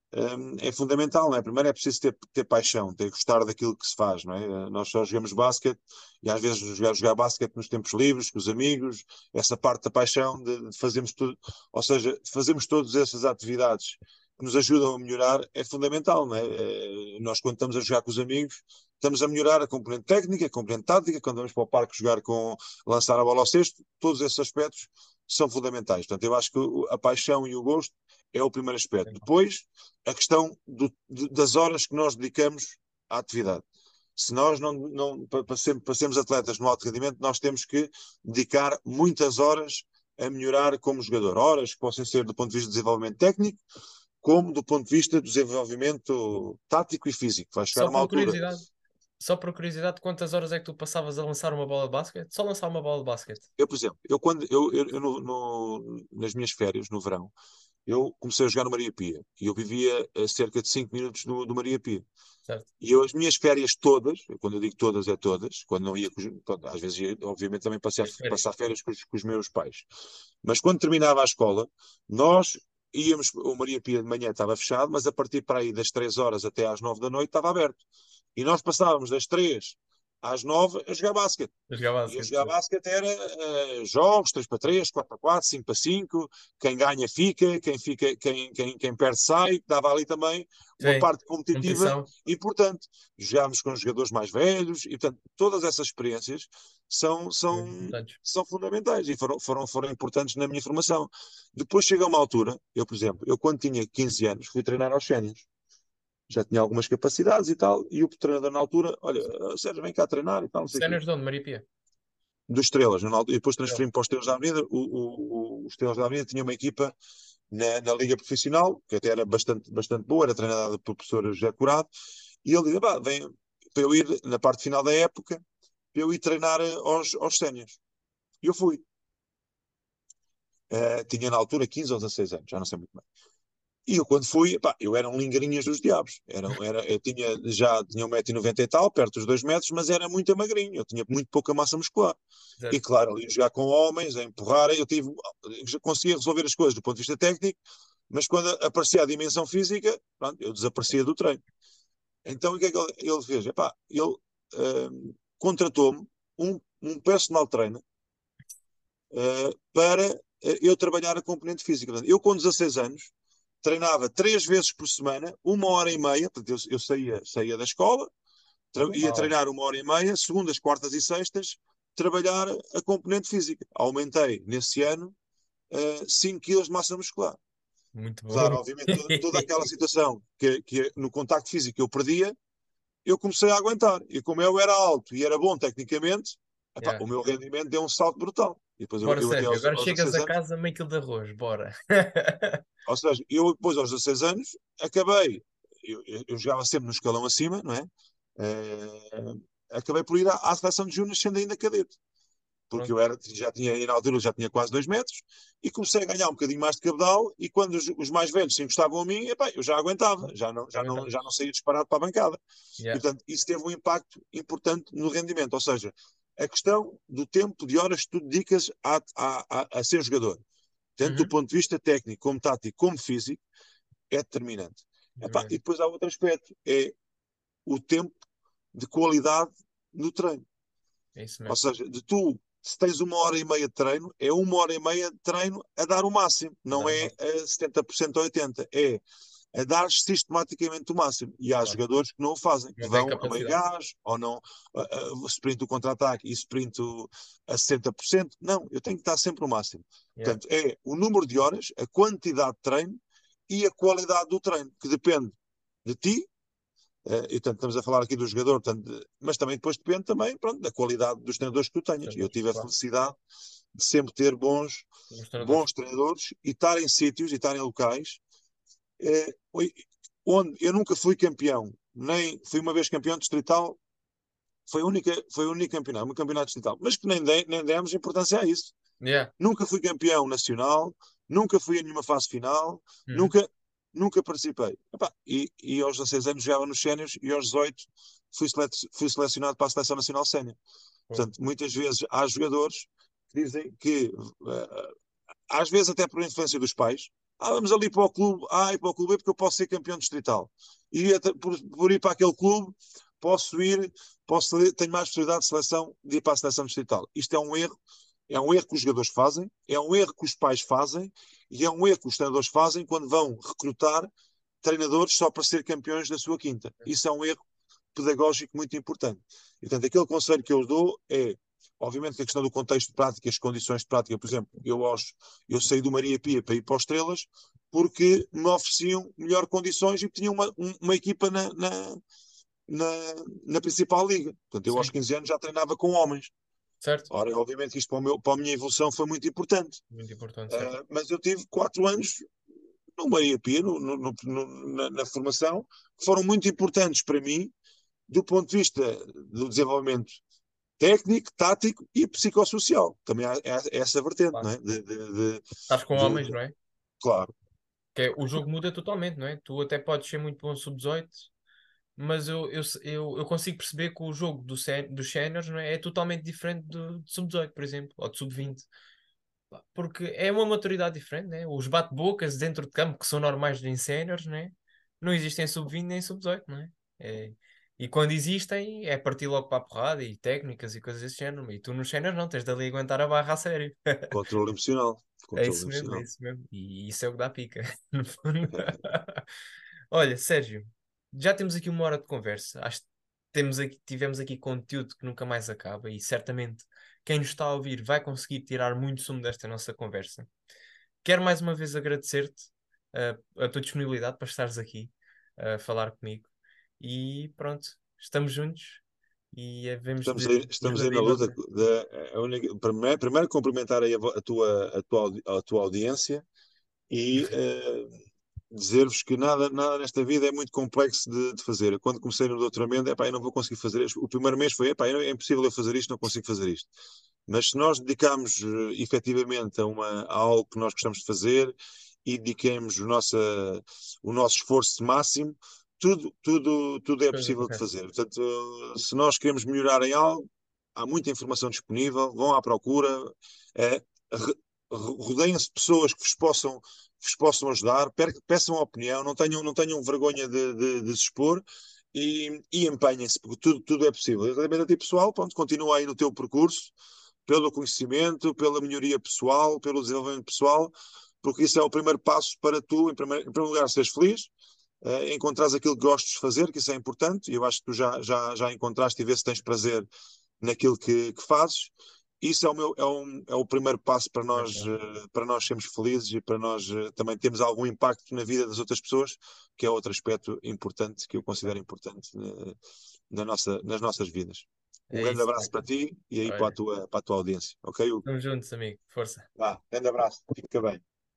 é fundamental, não é? Primeiro é preciso ter paixão, ter gostar daquilo que se faz, não é? Nós só jogamos basquete e às vezes jogar basquete nos tempos livres, com os amigos, essa parte da paixão de fazermos tudo, ou seja, fazemos todas essas atividades que nos ajudam a melhorar é fundamental, não é? Nós quando estamos a jogar com os amigos estamos a melhorar a componente técnica, a componente tática, quando vamos para o parque jogar com lançar a bola ao cesto, todos esses aspectos são fundamentais. Portanto, eu acho que a paixão e o gosto é o primeiro aspecto. Depois, a questão das horas que nós dedicamos à atividade. Se nós não para sermos atletas no alto rendimento, nós temos que dedicar muitas horas a melhorar como jogador. Horas que possam ser do ponto de vista de desenvolvimento técnico, como do ponto de vista do desenvolvimento tático e físico. Vai chegar Só uma por altura. curiosidade, só por curiosidade, quantas horas é que tu passavas a lançar uma bola de basquete? Só lançar uma bola de basquete. Eu, por exemplo, eu nas minhas férias, no verão, eu comecei a jogar no Maria Pia e eu vivia a cerca de 5 minutos do Maria Pia. Certo. E eu, as minhas férias todas, quando eu digo todas, é todas, quando não ia, pronto, às vezes ia, obviamente, também As férias. passar férias com os meus pais. Mas quando terminava a escola, nós íamos, o Maria Pia de manhã estava fechado, mas a partir para aí das 3 horas até às 9 da noite estava aberto. E nós passávamos das 3 às 9 a jogar basquete. A jogar E a basquete. jogar Certo. basquete era jogos 3 para 3, 4 para 4, 5 para 5. Quem ganha fica, quem perde sai. Dava ali também uma Sim. parte competitiva Competição. importante. Jogámos com jogadores mais velhos e, portanto, todas essas experiências são, São são, importantes. são fundamentais e foram importantes na minha formação. Depois chega uma altura, eu, por exemplo, eu quando tinha 15 anos fui treinar aos séniores. Já tinha algumas capacidades e tal, e o treinador na altura, olha, Sérgio, vem cá treinar e tal, não sei o quê. Séniores de onde, Maria Pia? Dos Estrelas, e depois Estrelas. transferi-me para os Estrelas da Avenida. Os Estrelas da Avenida tinha uma equipa na Liga Profissional, que até era bastante boa, era treinada pelo professor José Curado, e ele disse, vem para eu ir na parte final da época, para eu ir treinar aos séniores. E eu fui. Tinha na altura 15 ou 16 anos, já não sei muito bem. E eu quando fui, pá, eu era um lingarinhas dos diabos. Eu já tinha 1,90 m e tal, perto dos 2 metros, mas era muito magrinho. Eu tinha muito pouca massa muscular. E Certo. claro, ali a jogar com homens, a empurrar, eu já conseguia resolver as coisas do ponto de vista técnico, mas quando aparecia a dimensão física, pronto, eu desaparecia do treino. Então o que é que ele fez? Epá, ele contratou-me um personal trainer para eu trabalhar a componente física. Portanto, eu com 16 anos treinava 3 vezes por semana, 1 hora e meia, portanto eu saía da escola, ia Uau, treinar 1 hora e meia, segundas, quartas e sextas, trabalhar a componente física. Aumentei nesse ano 5 quilos de massa muscular. muito Claro, bom. obviamente, toda aquela situação que no contacto físico eu perdia, eu comecei a aguentar. E como eu era alto e era bom tecnicamente, epá, Yeah. o meu rendimento deu um salto brutal. E depois Bora, eu até Sérgio, agora aos chegas 16 a anos, casa, meio quilo de arroz, bora. ou seja, eu depois aos 16 anos acabei, eu jogava sempre no escalão acima, não é? Acabei por ir à seleção de júnior sendo ainda cadete. Porque Pronto, já tinha, na altura já tinha quase 2 metros, e comecei a ganhar um bocadinho mais de cabedal, e quando os mais velhos se encostavam a mim, epá, eu já aguentava, já não aguentavas. saía disparado para a bancada. E, Yeah. portanto, isso teve um impacto importante no rendimento, ou seja, a questão do tempo de horas que tu dedicas a ser jogador, tanto do Uhum. ponto de vista técnico, como tático, como físico, é determinante. Epá, e depois há outro aspecto, é o tempo de qualidade no treino. É isso Ou mesmo. seja, se tens 1 hora e meia de treino, é 1 hora e meia de treino a dar o máximo, A não dar o é máximo. a 70% ou 80%, é a dar sistematicamente o máximo. E há Claro. jogadores que não o fazem, que Não tem vão a meio capacidade. gás, ou não, sprint o contra-ataque e sprint a 60%. Não, eu tenho que estar sempre o máximo. Yeah. Portanto, é o número de horas, a quantidade de treino e a qualidade do treino, que depende de ti. E, portanto, estamos a falar aqui do jogador, portanto, mas também depois depende também, pronto, da qualidade dos treinadores que tu tenhas. Eu tive a Claro. felicidade de sempre ter Os treinadores. bons treinadores e estar em sítios e estar em locais eh, onde eu nunca fui campeão, nem fui uma vez campeão distrital, foi o único campeonato, um campeonato distrital, mas que nem demos importância a isso. Yeah. Nunca fui campeão nacional, nunca fui a nenhuma fase final, Uhum. nunca participei. Epá, e aos 16 anos jogava nos séniores e aos 18 fui selecionado para a Seleção Nacional Sénior. Pô, Portanto, muitas vezes há jogadores que dizem que, às vezes até por influência dos pais, vamos ali para o clube A e para o clube B porque eu posso ser campeão distrital. E até por ir para aquele clube posso ir, tenho mais possibilidade de seleção de ir para a seleção distrital. Isto é um erro que os jogadores fazem, é um erro que os pais fazem e é um erro que os treinadores fazem quando vão recrutar treinadores só para ser campeões da sua quinta. Isso é um erro pedagógico muito importante. E, portanto, aquele conselho que eu dou é, obviamente, que a questão do contexto de prática, as condições de prática, por exemplo, eu saí do Maria Pia para ir para os Estrelas porque me ofereciam melhores condições e tinham uma equipa na, na principal liga. Portanto, eu aos sim, 15 anos já treinava com homens. certo. Ora, obviamente que isto para a minha evolução foi muito importante. Muito importante, certo. Mas eu tive 4 anos no Maria Pia, na formação, que foram muito importantes para mim, do ponto de vista do desenvolvimento técnico, tático e psicossocial. Também há essa vertente, não Claro. é? Estás com homens, não é? Claro, O jogo muda totalmente, não é? Tu até podes ser muito bom sub-18, mas eu consigo perceber que o jogo dos séniores, não é? É totalmente diferente do de sub-18, por exemplo, ou de sub-20. Pá, porque é uma maturidade diferente, né? Os bate-bocas dentro de campo, que são normais em séniores, né? Não existem em sub-20 nem em sub-18, não é? E quando existem, é partir logo para a porrada e técnicas e coisas desse género. E tu nos séniores não, tens de ali aguentar a barra a sério. controle emocional. É Controle isso mesmo, é emocional. isso mesmo. E isso é o que dá pica, no fundo. Olha, Sérgio, já temos aqui 1 hora de conversa. Acho que tivemos aqui conteúdo que nunca mais acaba e certamente quem nos está a ouvir vai conseguir tirar muito sumo desta nossa conversa. Quero mais uma vez agradecer-te a tua disponibilidade para estares aqui a falar comigo. E pronto, estamos juntos e havemos Estamos de aí, nos estamos aí na reunir luta. noutra. Primeiro cumprimentar aí a tua audiência e dizer-vos que nada nesta vida é muito complexo de fazer. Quando comecei no doutoramento, epá, eu não vou conseguir fazer isto. O primeiro mês foi, epá, é impossível eu fazer isto, não consigo fazer isto. Mas se nós dedicarmos efetivamente a algo que nós gostamos de fazer e dediquemos o nosso esforço máximo, tudo é Coisas possível de acontecem. fazer. Portanto, se nós queremos melhorar em algo, há muita informação disponível, vão à procura, é, rodeiem-se de pessoas que vos possam ajudar, peçam opinião, não tenham vergonha de se expor e empenhem-se, porque tudo é possível. E realmente a ti pessoal, pronto, continua aí no teu percurso, pelo conhecimento, pela melhoria pessoal, pelo desenvolvimento pessoal, porque isso é o primeiro passo para tu, em primeiro lugar, seres feliz, encontrares aquilo que gostes de fazer, que isso é importante, e eu acho que tu já encontraste e vê se tens prazer naquilo que fazes. Isso é o primeiro passo Verdade. para nós sermos felizes e para nós também termos algum impacto na vida das outras pessoas, que é outro aspecto importante que eu considero Verdade. importante nas nossas vidas. Um É grande isso, abraço mano. para ti e aí Olha, para a tua audiência, ok? estamos juntos, amigo. Força. Vá, grande abraço, fica bem.